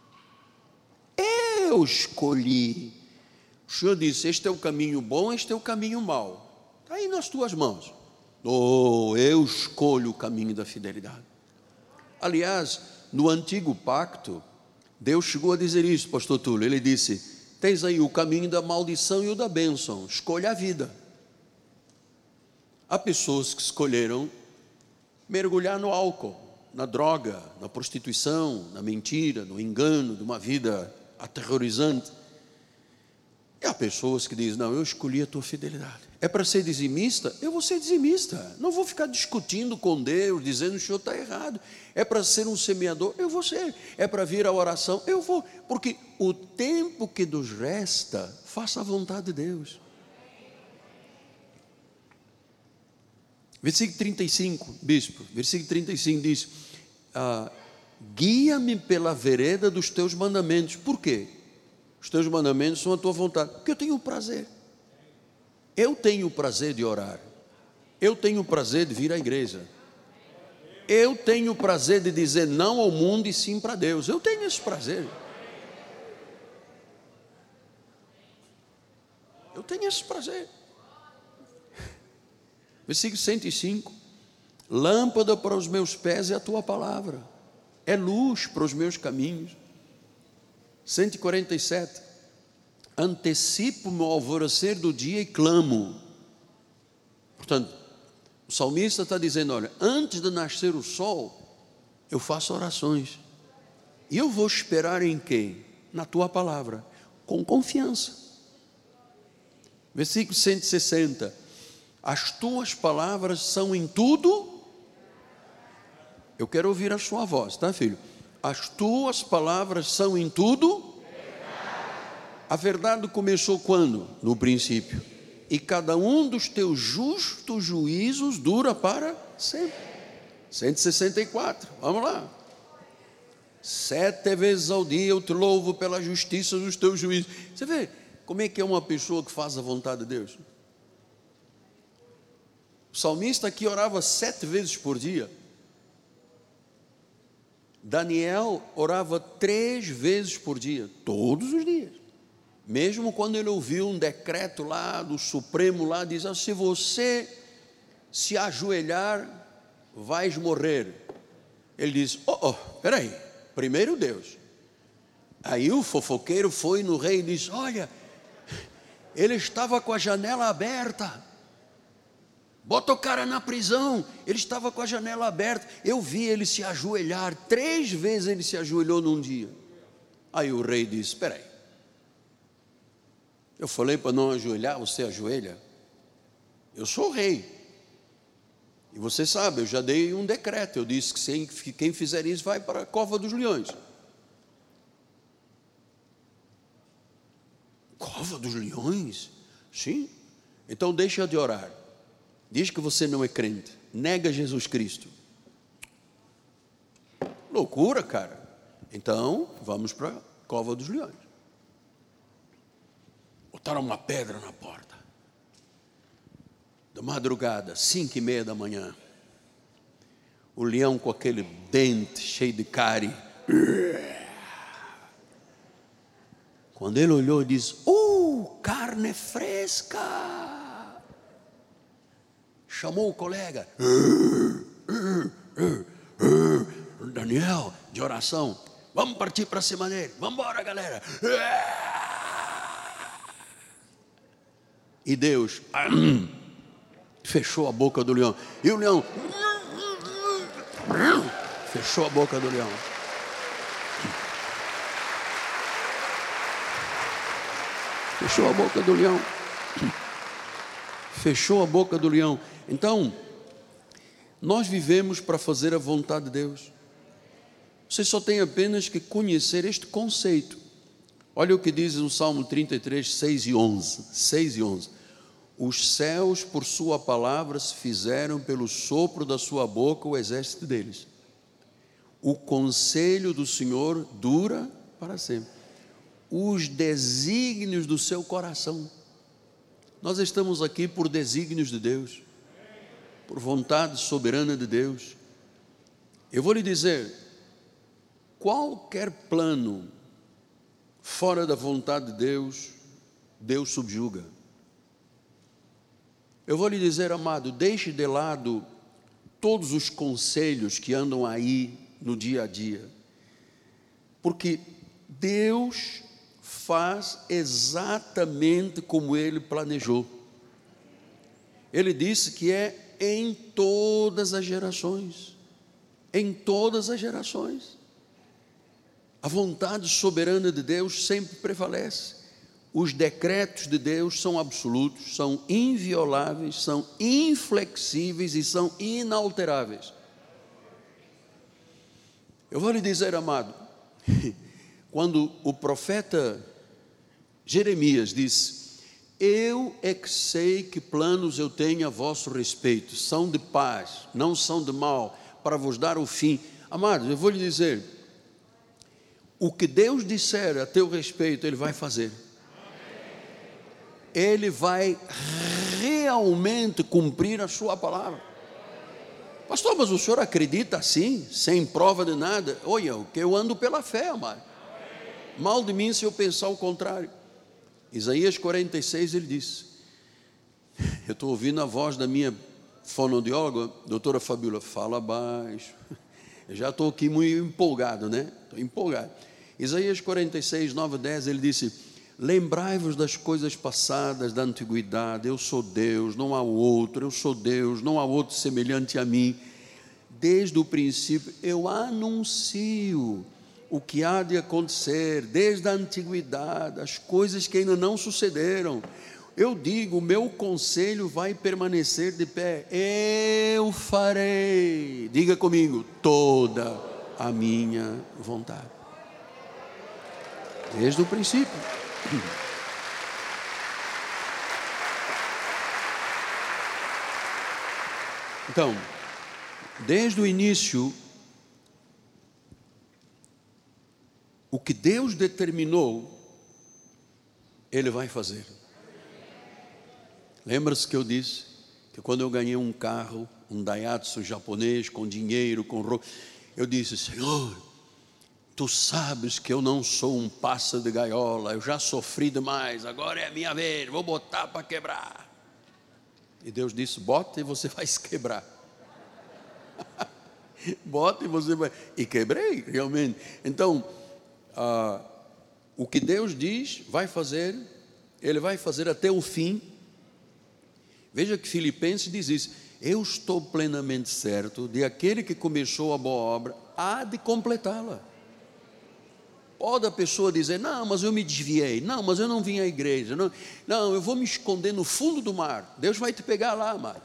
Eu escolhi. O Senhor disse, este é o caminho bom, este é o caminho mau. Está aí nas tuas mãos. Oh, eu escolho o caminho da fidelidade. Aliás, no antigo pacto, Deus chegou a dizer isso, pastor Túlio. Ele disse, tens aí o caminho da maldição e o da bênção, escolha a vida. Há pessoas que escolheram mergulhar no álcool, na droga, na prostituição, na mentira, no engano, de uma vida aterrorizante. E há pessoas que dizem, não, eu escolhi a tua fidelidade. É para ser dizimista? Eu vou ser dizimista. Não vou ficar discutindo com Deus, dizendo que o Senhor está errado. É para ser um semeador? Eu vou ser. É para vir à oração? Eu vou. Porque o tempo que nos resta, faça a vontade de Deus. Versículo trinta e cinco, bispo, versículo trinta e cinco diz, ah, guia-me pela vereda dos teus mandamentos. Por quê? Os teus mandamentos são a tua vontade. Porque eu tenho prazer. Eu tenho prazer de orar. Eu tenho prazer de vir à igreja. Eu tenho prazer de dizer não ao mundo e sim para Deus. Eu tenho esse prazer. Eu tenho esse prazer. Versículo cento e cinco. Lâmpada para os meus pés é a tua palavra. É luz para os meus caminhos. cento e quarenta e sete. Antecipo-me ao alvorecer do dia e clamo. Portanto, o salmista está dizendo, olha, antes de nascer o sol, eu faço orações. E eu vou esperar em quem? Na tua palavra, com confiança. Versículo cento e sessenta. As tuas palavras são em tudo. Eu quero ouvir a sua voz, tá, filho? As tuas palavras são em tudo. A verdade começou quando? No princípio. E cada um dos teus justos juízos dura para sempre. cento e sessenta e quatro, vamos lá. Sete vezes ao dia eu te louvo pela justiça dos teus juízos. Você vê como é que é uma pessoa que faz a vontade de Deus? O salmista aqui orava sete vezes por dia. Daniel orava três vezes por dia, todos os dias. Mesmo quando ele ouviu um decreto lá do Supremo, lá diz, ah, se você se ajoelhar, vais morrer. Ele diz, oh, oh, peraí, primeiro Deus. Aí o fofoqueiro foi no rei e disse, olha, ele estava com a janela aberta, bota o cara na prisão, ele estava com a janela aberta, eu vi ele se ajoelhar, três vezes ele se ajoelhou num dia. Aí o rei disse, espera aí, eu falei para não ajoelhar, você ajoelha? Eu sou o rei, e você sabe, eu já dei um decreto, eu disse que quem fizer isso vai para a cova dos leões. Cova dos leões? Sim, então deixa de orar. Diz que você não é crente, nega Jesus Cristo. Loucura, cara. Então, vamos para a cova dos leões. botaram uma pedra na porta. Da madrugada, cinco e meia da manhã, o leão com aquele dente cheio de cárie. Quando ele olhou, disse: uh, carne fresca. Chamou o colega. Daniel, de oração. Vamos partir para cima dele. Vamos embora, galera. E Deus fechou a boca do leão. E o leão fechou a boca do leão. Fechou a boca do leão. Fechou a boca do leão. Então, nós vivemos para fazer a vontade de Deus. Você só tem apenas que conhecer este conceito. Olha o que diz no Salmo trinta e três, seis e onze. seis e onze. Os céus, por sua palavra, se fizeram pelo sopro da sua boca o exército deles. O conselho do Senhor dura para sempre. Os desígnios do seu coração. Nós estamos aqui por desígnios de Deus, por vontade soberana de Deus. Eu vou lhe dizer, qualquer plano fora da vontade de Deus, Deus subjuga. Eu vou lhe dizer, amado, deixe de lado todos os conselhos que andam aí no dia a dia, porque Deus faz exatamente como Ele planejou. Ele disse que é em todas as gerações, em todas as gerações. A vontade soberana de Deus sempre prevalece. Os decretos de Deus são absolutos, são invioláveis, são inflexíveis e são inalteráveis. Eu vou lhe dizer, amado, quando o profeta Jeremias disse: eu é que sei que planos eu tenho a vosso respeito, são de paz, não são de mal, para vos dar o fim. Amados, eu vou lhe dizer, o que Deus disser a teu respeito, Ele vai fazer. Ele vai realmente cumprir a sua palavra. Pastor, mas o senhor acredita assim, sem prova de nada? Olha, o que eu ando pela fé, amado. Mal de mim se eu pensar o contrário. Isaías quarenta e seis, ele disse, eu estou ouvindo a voz da minha fonoaudióloga, doutora Fabíola, fala baixo. Eu já estou aqui muito empolgado, né? Estou empolgado. Isaías quarenta e seis, nove, dez, ele disse: lembrai-vos das coisas passadas da antiguidade, eu sou Deus, não há outro, eu sou Deus, não há outro semelhante a mim. Desde o princípio eu anuncio o que há de acontecer, desde a antiguidade, as coisas que ainda não sucederam. Eu digo, o meu conselho vai permanecer de pé, eu farei, diga comigo, toda a minha vontade. Desde o princípio. Então, desde o início, o que Deus determinou, Ele vai fazer. Lembra-se que eu disse que quando eu ganhei um carro, um Daihatsu japonês, com dinheiro, com roupa, eu disse: Senhor, Tu sabes que eu não sou um pássaro de gaiola, eu já sofri demais, agora é a minha vez, vou botar para quebrar. E Deus disse: bota e você vai se quebrar. Bota e você vai... E quebrei, realmente. Então, ah, o que Deus diz, vai fazer, Ele vai fazer até o fim. Veja que Filipenses diz isso: eu estou plenamente certo de aquele que começou a boa obra, há de completá-la. Pode a pessoa dizer: não, mas eu me desviei, não, mas eu não vim à igreja, não, não, eu vou me esconder no fundo do mar, Deus vai te pegar lá, amado.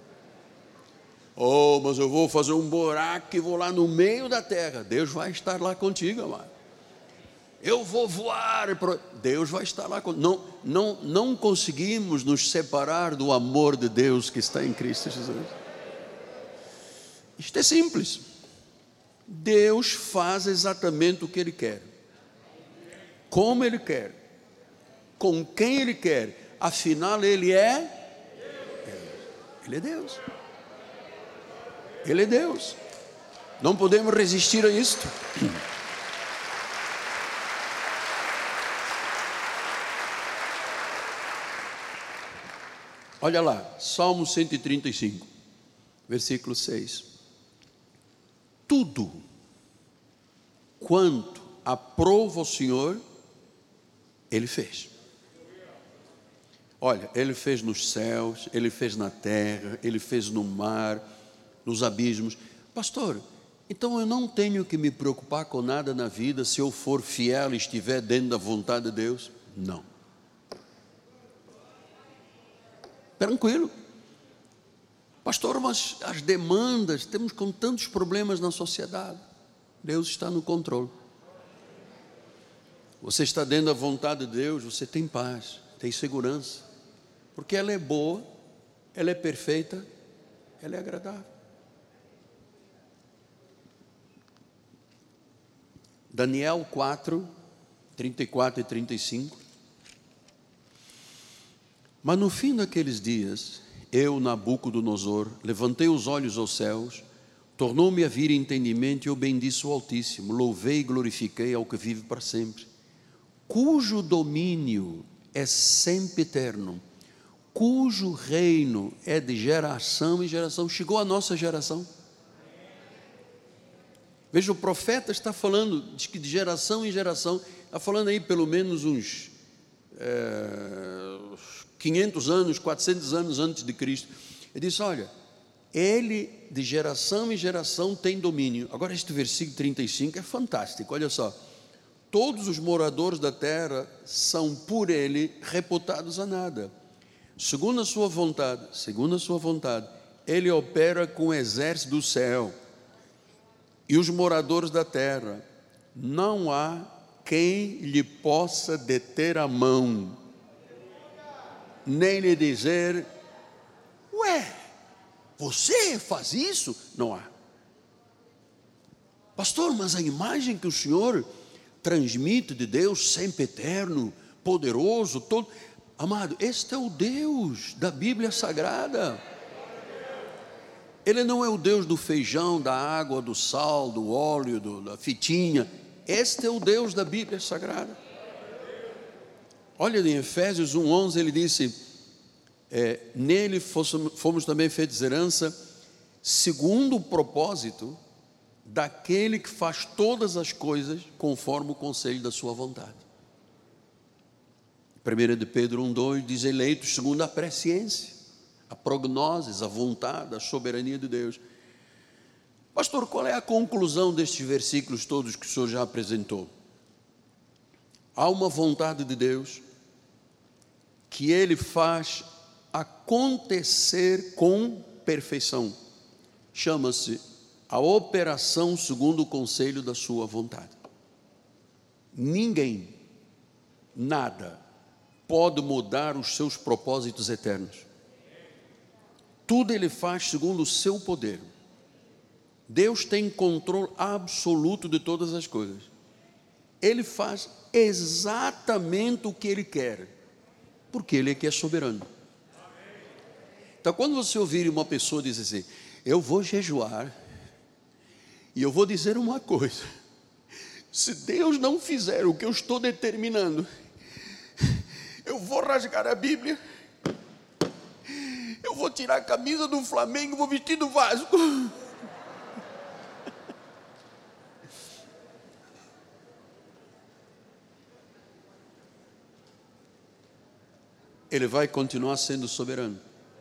Oh, mas eu vou fazer um buraco e vou lá no meio da terra, Deus vai estar lá contigo, amado. Eu vou voar, Deus vai estar lá contigo. Não, não, não conseguimos nos separar do amor de Deus que está em Cristo Jesus. Isto é simples. Deus faz exatamente o que Ele quer, como Ele quer, com quem Ele quer. Afinal, Ele é Ele é Deus. Ele é Deus. Não podemos resistir a isto. Olha lá, Salmo cento e trinta e cinco, versículo seis. Tudo quanto aprova o Senhor, Ele fez. Olha, Ele fez nos céus, Ele fez na terra, Ele fez no mar, nos abismos. Pastor, então eu não tenho que me preocupar com nada na vida se eu for fiel e estiver dentro da vontade de Deus? Não. Tranquilo. Pastor, mas as demandas, temos com tantos problemas na sociedade. Deus está no controle. Você está dentro da vontade de Deus, você tem paz, tem segurança. Porque ela é boa, ela é perfeita, ela é agradável. Daniel quatro, trinta e quatro e trinta e cinco. Mas no fim daqueles dias, eu, Nabucodonosor, levantei os olhos aos céus, tornou-me a vir entendimento e eu bendiço o Altíssimo, louvei e glorifiquei ao que vive para sempre, cujo domínio é sempre eterno, cujo reino é de geração em geração. Chegou a nossa geração. Veja, o profeta está falando, diz que de geração em geração, está falando aí pelo menos uns é, quinhentos anos, quatrocentos anos antes de Cristo. Ele disse, olha, Ele de geração em geração tem domínio. Agora este versículo trinta e cinco é fantástico, olha só. Todos os moradores da terra são por Ele reputados a nada. Segundo a sua vontade, segundo a sua vontade, Ele opera com o exército do céu. E os moradores da terra, não há quem lhe possa deter a mão, nem lhe dizer, ué, você faz isso? Não há. Pastor, mas a imagem que o Senhor transmite de Deus sempre eterno, poderoso, todo... Amado, este é o Deus da Bíblia Sagrada. Ele não é o Deus do feijão, da água, do sal, do óleo, do, da fitinha. Este é o Deus da Bíblia Sagrada. Olha em Efésios um, onze, ele disse, é, nele fomos, fomos também feitos herança, segundo o propósito daquele que faz todas as coisas conforme o conselho da sua vontade. primeira de Pedro um, dois, diz eleitos segundo a presciência, a prognoses, a vontade, a soberania de Deus. Pastor, qual é a conclusão destes versículos todos que o senhor já apresentou? Há uma vontade de Deus que Ele faz acontecer com perfeição. Chama-se a operação segundo o conselho da sua vontade. Ninguém, nada, pode mudar os seus propósitos eternos. Tudo Ele faz segundo o seu poder. Deus tem controle absoluto de todas as coisas. Ele faz exatamente o que Ele quer, porque Ele é que é soberano. Então, quando você ouvir uma pessoa dizer assim, eu vou jejuar, e eu vou dizer uma coisa, se Deus não fizer o que eu estou determinando, eu vou rasgar a Bíblia, eu vou tirar a camisa do Flamengo, vou vestir do Vasco. Ele vai continuar sendo soberano.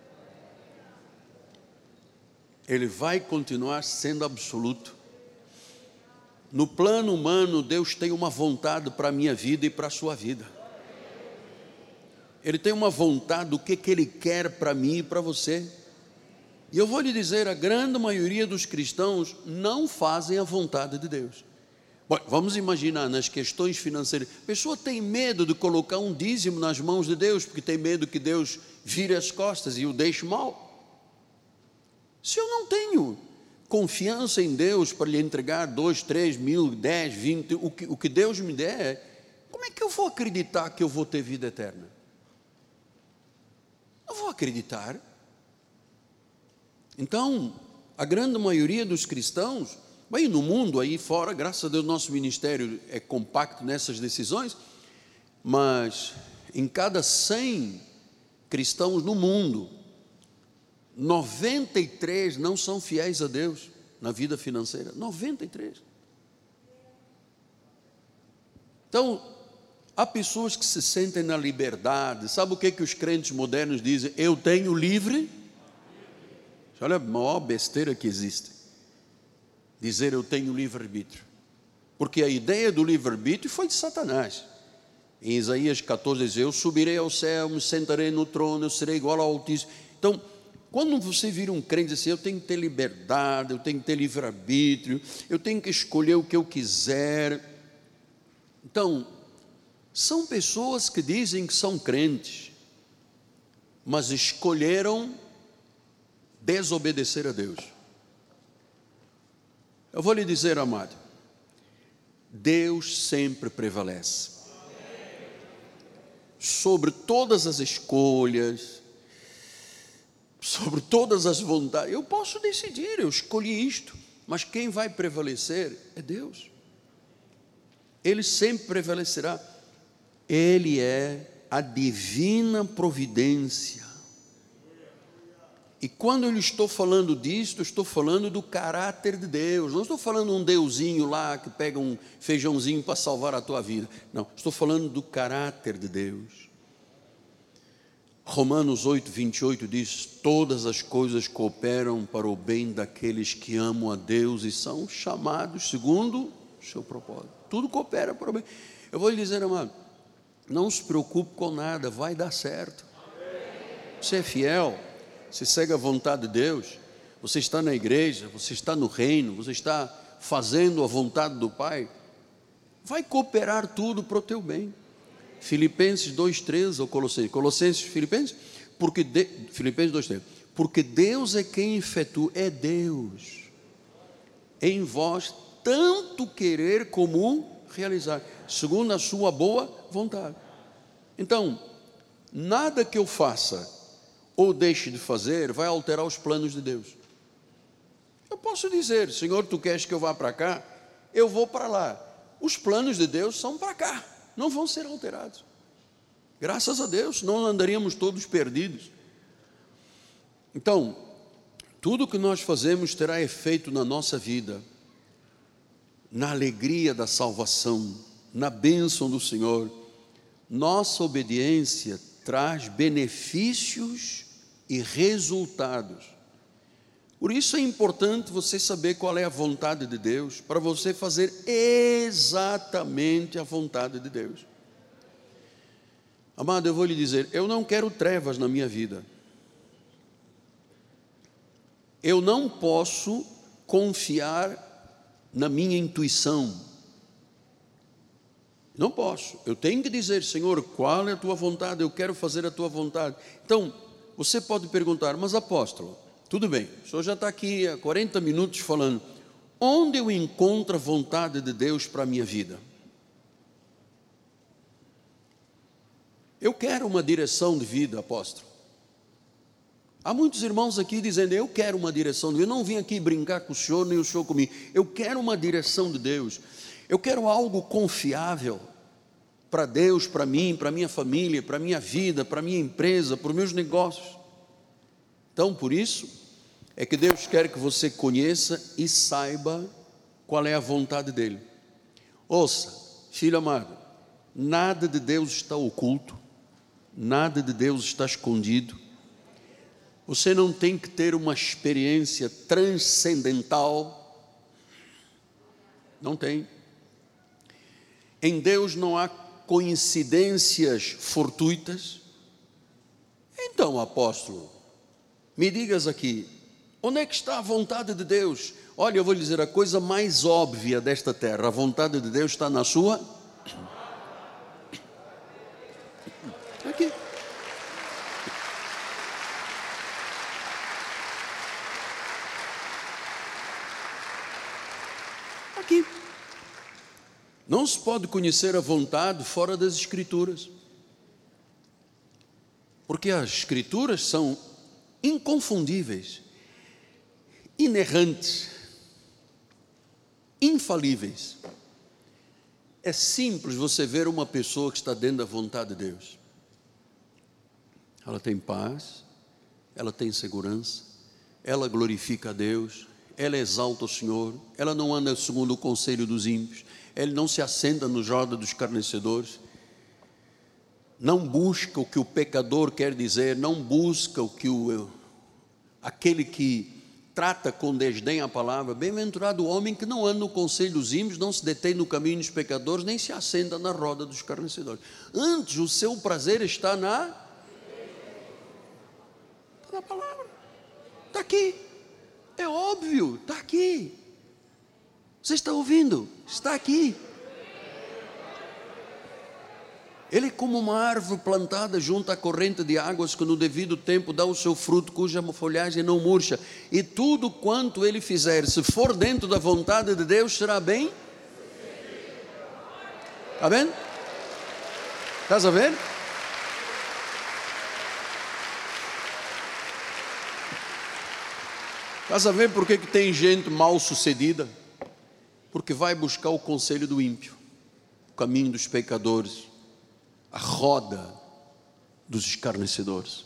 Ele vai continuar sendo absoluto. No plano humano, Deus tem uma vontade para a minha vida e para a sua vida. Ele tem uma vontade do que, que Ele quer para mim e para você. E eu vou lhe dizer, a grande maioria dos cristãos não fazem a vontade de Deus. Bom, vamos imaginar nas questões financeiras, a pessoa tem medo de colocar um dízimo nas mãos de Deus, porque tem medo que Deus vire as costas e o deixe mal. Se eu não tenho confiança em Deus para lhe entregar dois, três mil, dez, vinte, o que, o que Deus me der, como é que eu vou acreditar que eu vou ter vida eterna? Não vou acreditar. Então, a grande maioria dos cristãos, bem, no mundo aí fora, graças a Deus, nosso ministério é compacto nessas decisões, mas em cada cem cristãos no mundo, noventa e três não são fiéis a Deus na vida financeira. noventa e três. Então, há pessoas que se sentem na liberdade. Sabe o que, que os crentes modernos dizem? Eu tenho livre. Olha a maior besteira que existe. Dizer eu tenho livre-arbítrio. Porque a ideia do livre-arbítrio foi de Satanás. Em Isaías catorze diz, eu subirei ao céu, me sentarei no trono, eu serei igual ao Altíssimo. Então, quando você vira um crente assim, eu tenho que ter liberdade, eu tenho que ter livre-arbítrio, eu tenho que escolher o que eu quiser. Então, são pessoas que dizem que são crentes, mas escolheram desobedecer a Deus. Eu vou lhe dizer, amado, Deus sempre prevalece. Sobre todas as escolhas, sobre todas as vontades, eu posso decidir, eu escolhi isto, mas quem vai prevalecer é Deus. Ele sempre prevalecerá. Ele é a divina providência. E quando eu estou falando disto, eu estou falando do caráter de Deus. Não estou falando um deusinho lá que pega um feijãozinho para salvar a tua vida. Não, estou falando do caráter de Deus. Romanos oito, vinte e oito diz, todas as coisas cooperam para o bem daqueles que amam a Deus e são chamados segundo o seu propósito. Tudo coopera para o bem. Eu vou lhe dizer, amado, não se preocupe com nada, vai dar certo. Você é fiel, você segue a vontade de Deus, você está na igreja, você está no reino, você está fazendo a vontade do Pai, vai cooperar tudo para o teu bem. Filipenses dois, treze ou Colossenses, Colossenses, Filipenses, porque de, Filipenses dois, treze, porque Deus é quem efetua, é Deus em vós tanto querer como realizar, segundo a sua boa vontade. Então, nada que eu faça ou deixe de fazer vai alterar os planos de Deus. Eu posso dizer, Senhor, tu queres que eu vá para cá? Eu vou para lá. Os planos de Deus são para cá, não vão ser alterados. Graças a Deus, não andaríamos todos perdidos. Então, tudo que nós fazemos terá efeito na nossa vida, na alegria da salvação, na bênção do Senhor. Nossa obediência traz benefícios e resultados. Por isso é importante você saber qual é a vontade de Deus, para você fazer exatamente a vontade de Deus. Amado, eu vou lhe dizer, eu não quero trevas na minha vida. Eu não posso confiar na minha intuição. Não posso. Eu tenho que dizer, Senhor, qual é a tua vontade? Eu quero fazer a tua vontade. Então, você pode perguntar, mas apóstolo, tudo bem, o senhor já está aqui há quarenta minutos falando, onde eu encontro a vontade de Deus para a minha vida? Eu quero uma direção de vida, apóstolo. Há muitos irmãos aqui dizendo, eu quero uma direção de Deus, eu não vim aqui brincar com o senhor, nem o senhor comigo, eu quero uma direção de Deus, eu quero algo confiável para Deus, para mim, para minha família, para minha vida, para minha empresa, para os meus negócios. Então, por isso, é que Deus quer que você conheça e saiba qual é a vontade dEle. Ouça, filho amado, nada de Deus está oculto, nada de Deus está escondido. Você não tem que ter uma experiência transcendental, não tem. Em Deus não há coincidências fortuitas. Então, apóstolo, me digas aqui, onde é que está a vontade de Deus? Olha, eu vou lhe dizer a coisa mais óbvia desta terra, a vontade de Deus está na sua... Aqui. Aqui. Não se pode conhecer a vontade fora das Escrituras, porque as Escrituras são inconfundíveis, inerrantes, infalíveis. É simples você ver uma pessoa que está dentro da vontade de Deus. Ela tem paz, ela tem segurança, ela glorifica a Deus, ela exalta o Senhor, ela não anda segundo o conselho dos ímpios, ela não se assenta no roda dos escarnecedores, não busca o que o pecador quer dizer, não busca o que o, aquele que trata com desdém a palavra. Bem-aventurado o homem que não anda no conselho dos ímpios, não se detém no caminho dos pecadores, nem se assenta na roda dos escarnecedores. Antes o seu prazer está na, está na palavra, está aqui, é óbvio, está aqui. Você está ouvindo? Está aqui. Ele é como uma árvore plantada junto à corrente de águas, que no devido tempo dá o seu fruto, cuja folhagem não murcha. E tudo quanto ele fizer, se for dentro da vontade de Deus, será bem. Está vendo? Estás a ver? Estás a ver por que que tem gente mal sucedida? Porque vai buscar o conselho do ímpio, o caminho dos pecadores, a roda dos escarnecedores.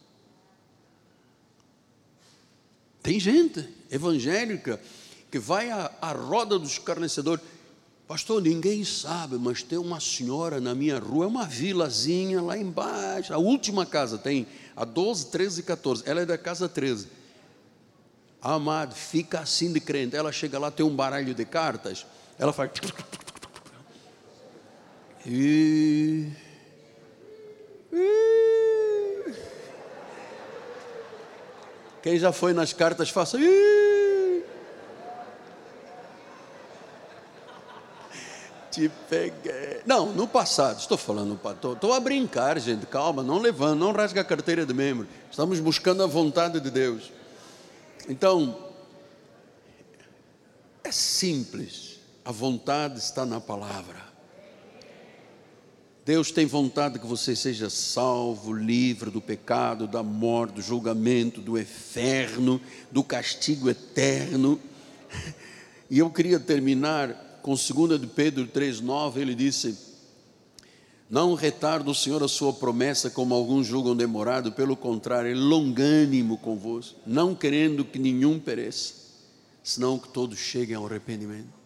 Tem gente evangélica que vai à, à roda dos escarnecedores. Pastor, ninguém sabe, mas tem uma senhora na minha rua, é uma vilazinha lá embaixo, a última casa, tem a doze, treze, catorze, ela é da casa treze. Amado, fica assim de crente. Ela chega lá, tem um baralho de cartas, ela faz e quem já foi nas cartas, faça. Te peguei. Não, no passado, estou falando, estou, estou a brincar, gente, calma, não levando, não rasga a carteira de membro. Estamos buscando a vontade de Deus. Então, é simples, a vontade está na palavra. Deus tem vontade que você seja salvo, livre do pecado, da morte, do julgamento, do inferno, do castigo eterno. E eu queria terminar com dois de Pedro três, nove, ele disse: não retarda o Senhor a sua promessa, como alguns julgam demorado, pelo contrário, é longânimo convosco, não querendo que nenhum pereça, senão que todos cheguem ao arrependimento.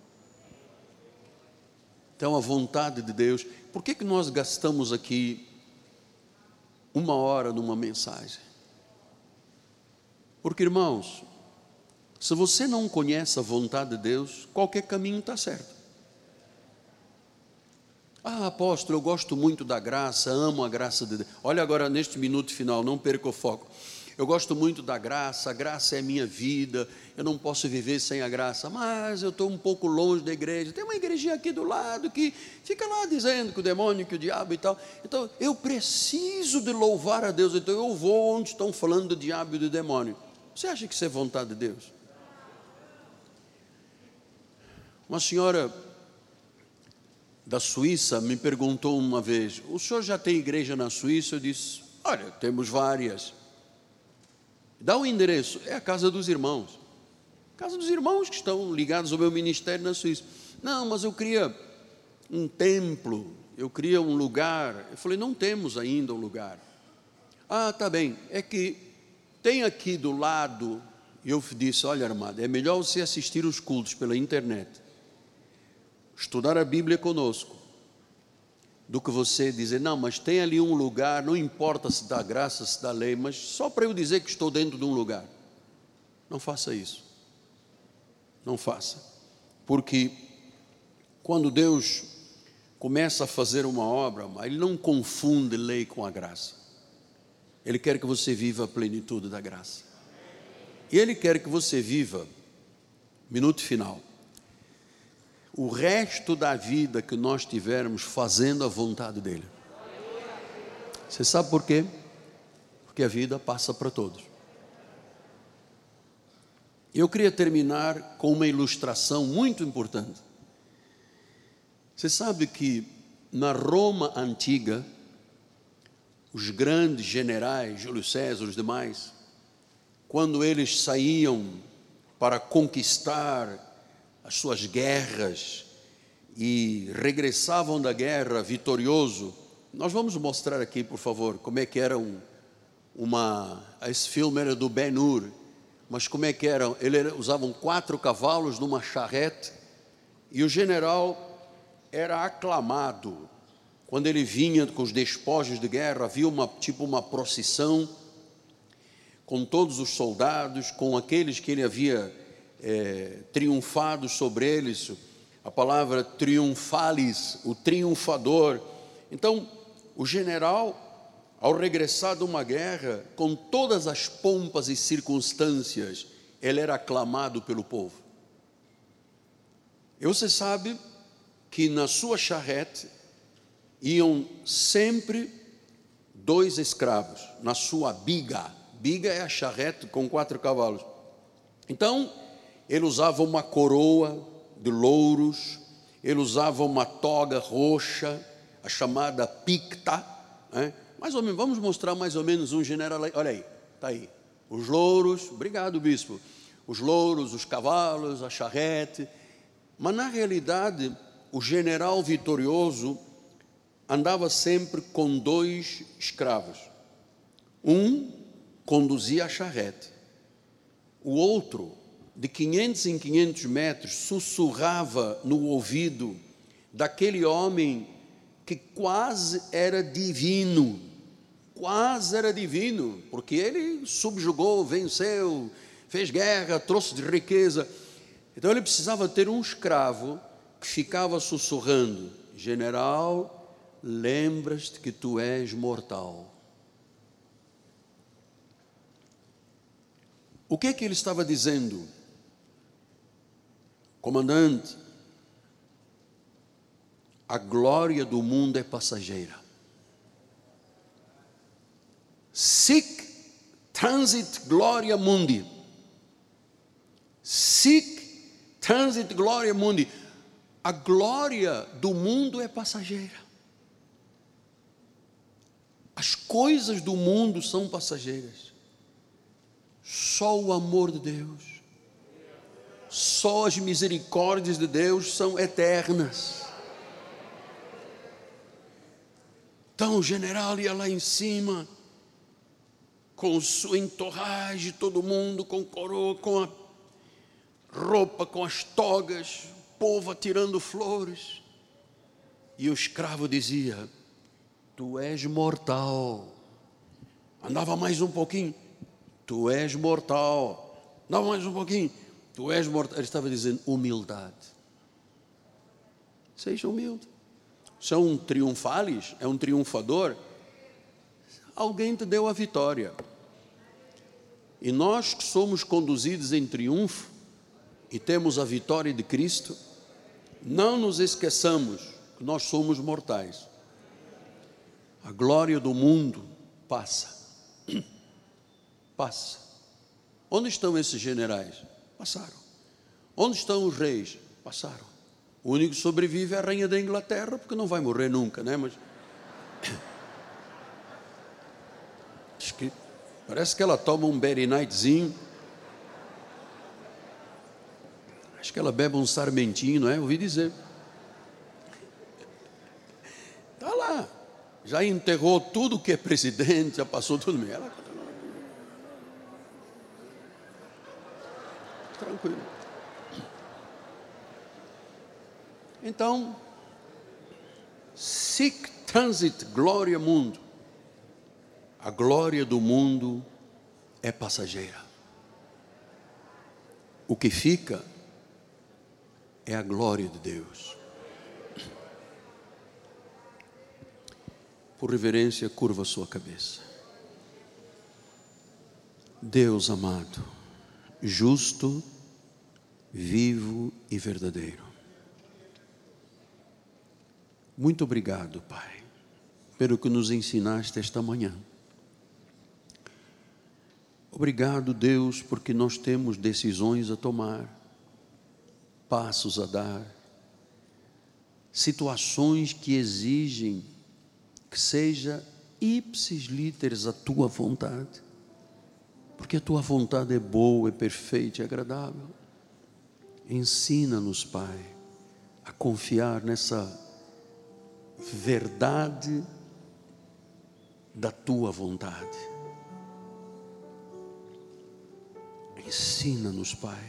Então a vontade de Deus. Por que que nós gastamos aqui uma hora numa mensagem? Porque, irmãos, se você não conhece a vontade de Deus, qualquer caminho está certo. Ah, apóstolo, eu gosto muito da graça, amo a graça de Deus. Olha agora neste minuto final, não perca o foco. Eu gosto muito da graça, a graça é a minha vida, eu não posso viver sem a graça, mas eu estou um pouco longe da igreja, tem uma igrejinha aqui do lado que fica lá dizendo que o demônio, que o diabo e tal, então eu preciso de louvar a Deus, então eu vou onde estão falando do diabo e do demônio. Você acha que isso é vontade de Deus? Uma senhora da Suíça me perguntou uma vez: o senhor já tem igreja na Suíça? Eu disse: olha, temos várias. Dá o endereço. É a casa dos irmãos. Casa dos irmãos que estão ligados ao meu ministério na Suíça. Não, mas eu queria um templo, eu queria um lugar. Eu falei: não temos ainda um lugar. Ah, tá bem, é que tem aqui do lado. E eu disse: olha, amado, é melhor você assistir os cultos pela internet, estudar a Bíblia conosco, do que você dizer: não, mas tem ali um lugar, não importa se dá graça, se dá lei, mas só para eu dizer que estou dentro de um lugar. Não faça isso, não faça, porque quando Deus começa a fazer uma obra, Ele não confunde lei com a graça. Ele quer que você viva a plenitude da graça, e Ele quer que você viva, minuto final, o resto da vida que nós tivermos fazendo a vontade dEle. Você sabe por quê? Porque a vida passa para todos. Eu queria terminar com uma ilustração muito importante. Você sabe que na Roma antiga, os grandes generais, Júlio César e os demais, quando eles saíam para conquistar as suas guerras e regressavam da guerra vitorioso, nós vamos mostrar aqui, por favor, como é que era um, uma, esse filme era do Ben-Hur, mas como é que era, eles usavam quatro cavalos numa charrete, e o general era aclamado, quando ele vinha com os despojos de guerra, havia uma, tipo uma procissão, com todos os soldados, com aqueles que ele havia é, triunfado sobre eles, a palavra triunfalis, o triunfador. Então, o general, ao regressar de uma guerra, com todas as pompas e circunstâncias, ele era aclamado pelo povo. E você sabe que na sua charrete iam sempre dois escravos, na sua biga. Biga é a charrete com quatro cavalos. Então, ele usava uma coroa de louros, ele usava uma toga roxa, a chamada picta, né? Mais ou menos, vamos mostrar mais ou menos um general, olha aí, está aí, os louros, obrigado bispo, os louros, os cavalos, a charrete, mas na realidade, o general vitorioso andava sempre com dois escravos, um conduzia a charrete, o outro, de quinhentos em quinhentos metros, sussurrava no ouvido daquele homem que quase era divino, quase era divino, porque ele subjugou, venceu, fez guerra, trouxe de riqueza. Então ele precisava ter um escravo que ficava sussurrando: general, lembras-te que tu és mortal. O que é que ele estava dizendo? Comandante, a glória do mundo é passageira. Sic transit gloria mundi. Sic transit gloria mundi. A glória do mundo é passageira. As coisas do mundo são passageiras. Só o amor de Deus, só as misericórdias de Deus são eternas. Então o general ia lá em cima, com sua entorragem, todo mundo com coroa, com a roupa, com as togas, o povo atirando flores. E o escravo dizia: tu és mortal. Andava mais um pouquinho: tu és mortal. Andava mais um pouquinho: tu és mortal. Ele estava dizendo humildade. Seja humilde. Se é um triunfalis, é um triunfador, alguém te deu a vitória. E nós que somos conduzidos em triunfo e temos a vitória de Cristo, não nos esqueçamos que nós somos mortais. A glória do mundo passa. Passa. Onde estão esses generais? Passaram. Onde estão os reis? Passaram. O único que sobrevive é a rainha da Inglaterra, porque não vai morrer nunca, né? Mas acho que parece que ela toma um Berry Nightzinho. Acho que ela bebe um sarmentinho, não é? Ouvi dizer. Está lá. Já enterrou tudo que é presidente, já passou tudo mesmo. Ela... tranquilo. Então, sic transit gloria mundo. A glória do mundo é passageira. O que fica é a glória de Deus. Por reverência, curva a sua cabeça. Deus amado, justo, vivo e verdadeiro. Muito obrigado, Pai, pelo que nos ensinaste esta manhã. Obrigado, Deus, porque nós temos decisões a tomar, passos a dar, situações que exigem que seja ipsis literis a tua vontade, porque a tua vontade é boa, é perfeita e agradável. Ensina-nos, Pai, a confiar nessa verdade da tua vontade. Ensina-nos, Pai,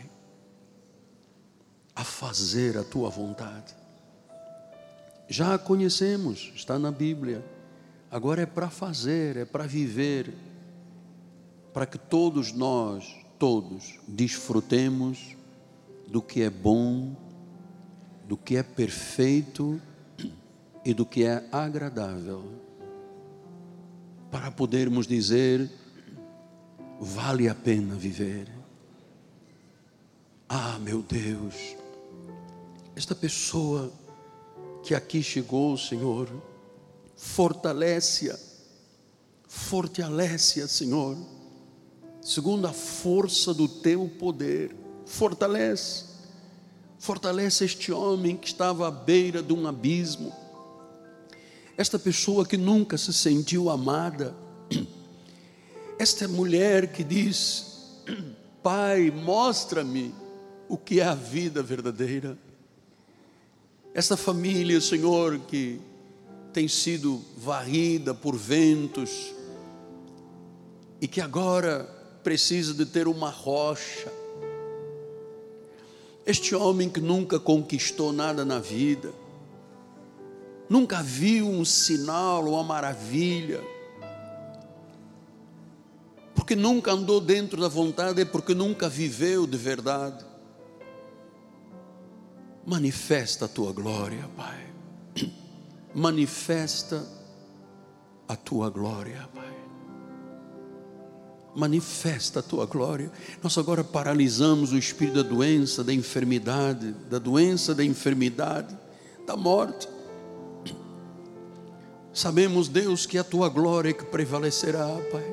a fazer a tua vontade. Já a conhecemos, está na Bíblia. Agora é para fazer, é para viver, para que todos nós, todos, desfrutemos do que é bom, do que é perfeito e do que é agradável, para podermos dizer: vale a pena viver. Ah, meu Deus, esta pessoa que aqui chegou, Senhor, fortalece-a, fortalece-a, Senhor, segundo a força do teu poder. Fortalece, fortalece este homem que estava à beira de um abismo, esta pessoa que nunca se sentiu amada, esta mulher que diz: Pai, mostra-me o que é a vida verdadeira. Esta família, Senhor, que tem sido varrida por ventos e que agora precisa de ter uma rocha. Este homem que nunca conquistou nada na vida, nunca viu um sinal, uma maravilha, porque nunca andou dentro da vontade, é porque nunca viveu de verdade. Manifesta a tua glória, Pai. Manifesta a tua glória, Pai. Manifesta a tua glória. Nós agora paralisamos o espírito da doença, da enfermidade, da doença, da enfermidade, da morte. Sabemos, Deus, que é a tua glória que prevalecerá, Pai.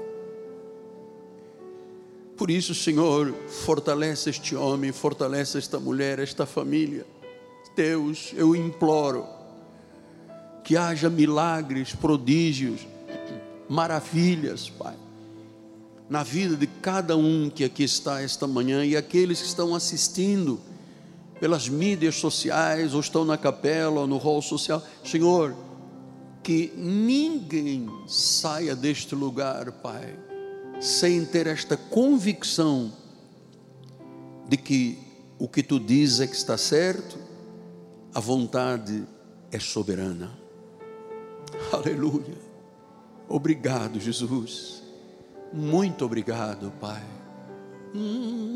Por isso, Senhor, fortalece este homem, fortalece esta mulher, esta família. Deus, eu imploro que haja milagres, prodígios, maravilhas, Pai, na vida de cada um que aqui está esta manhã e aqueles que estão assistindo pelas mídias sociais ou estão na capela ou no hall social. Senhor, que ninguém saia deste lugar, Pai, sem ter esta convicção de que o que tu dizes é que está certo, a vontade é soberana. Aleluia. Obrigado, Jesus. Muito obrigado, Pai. Hum.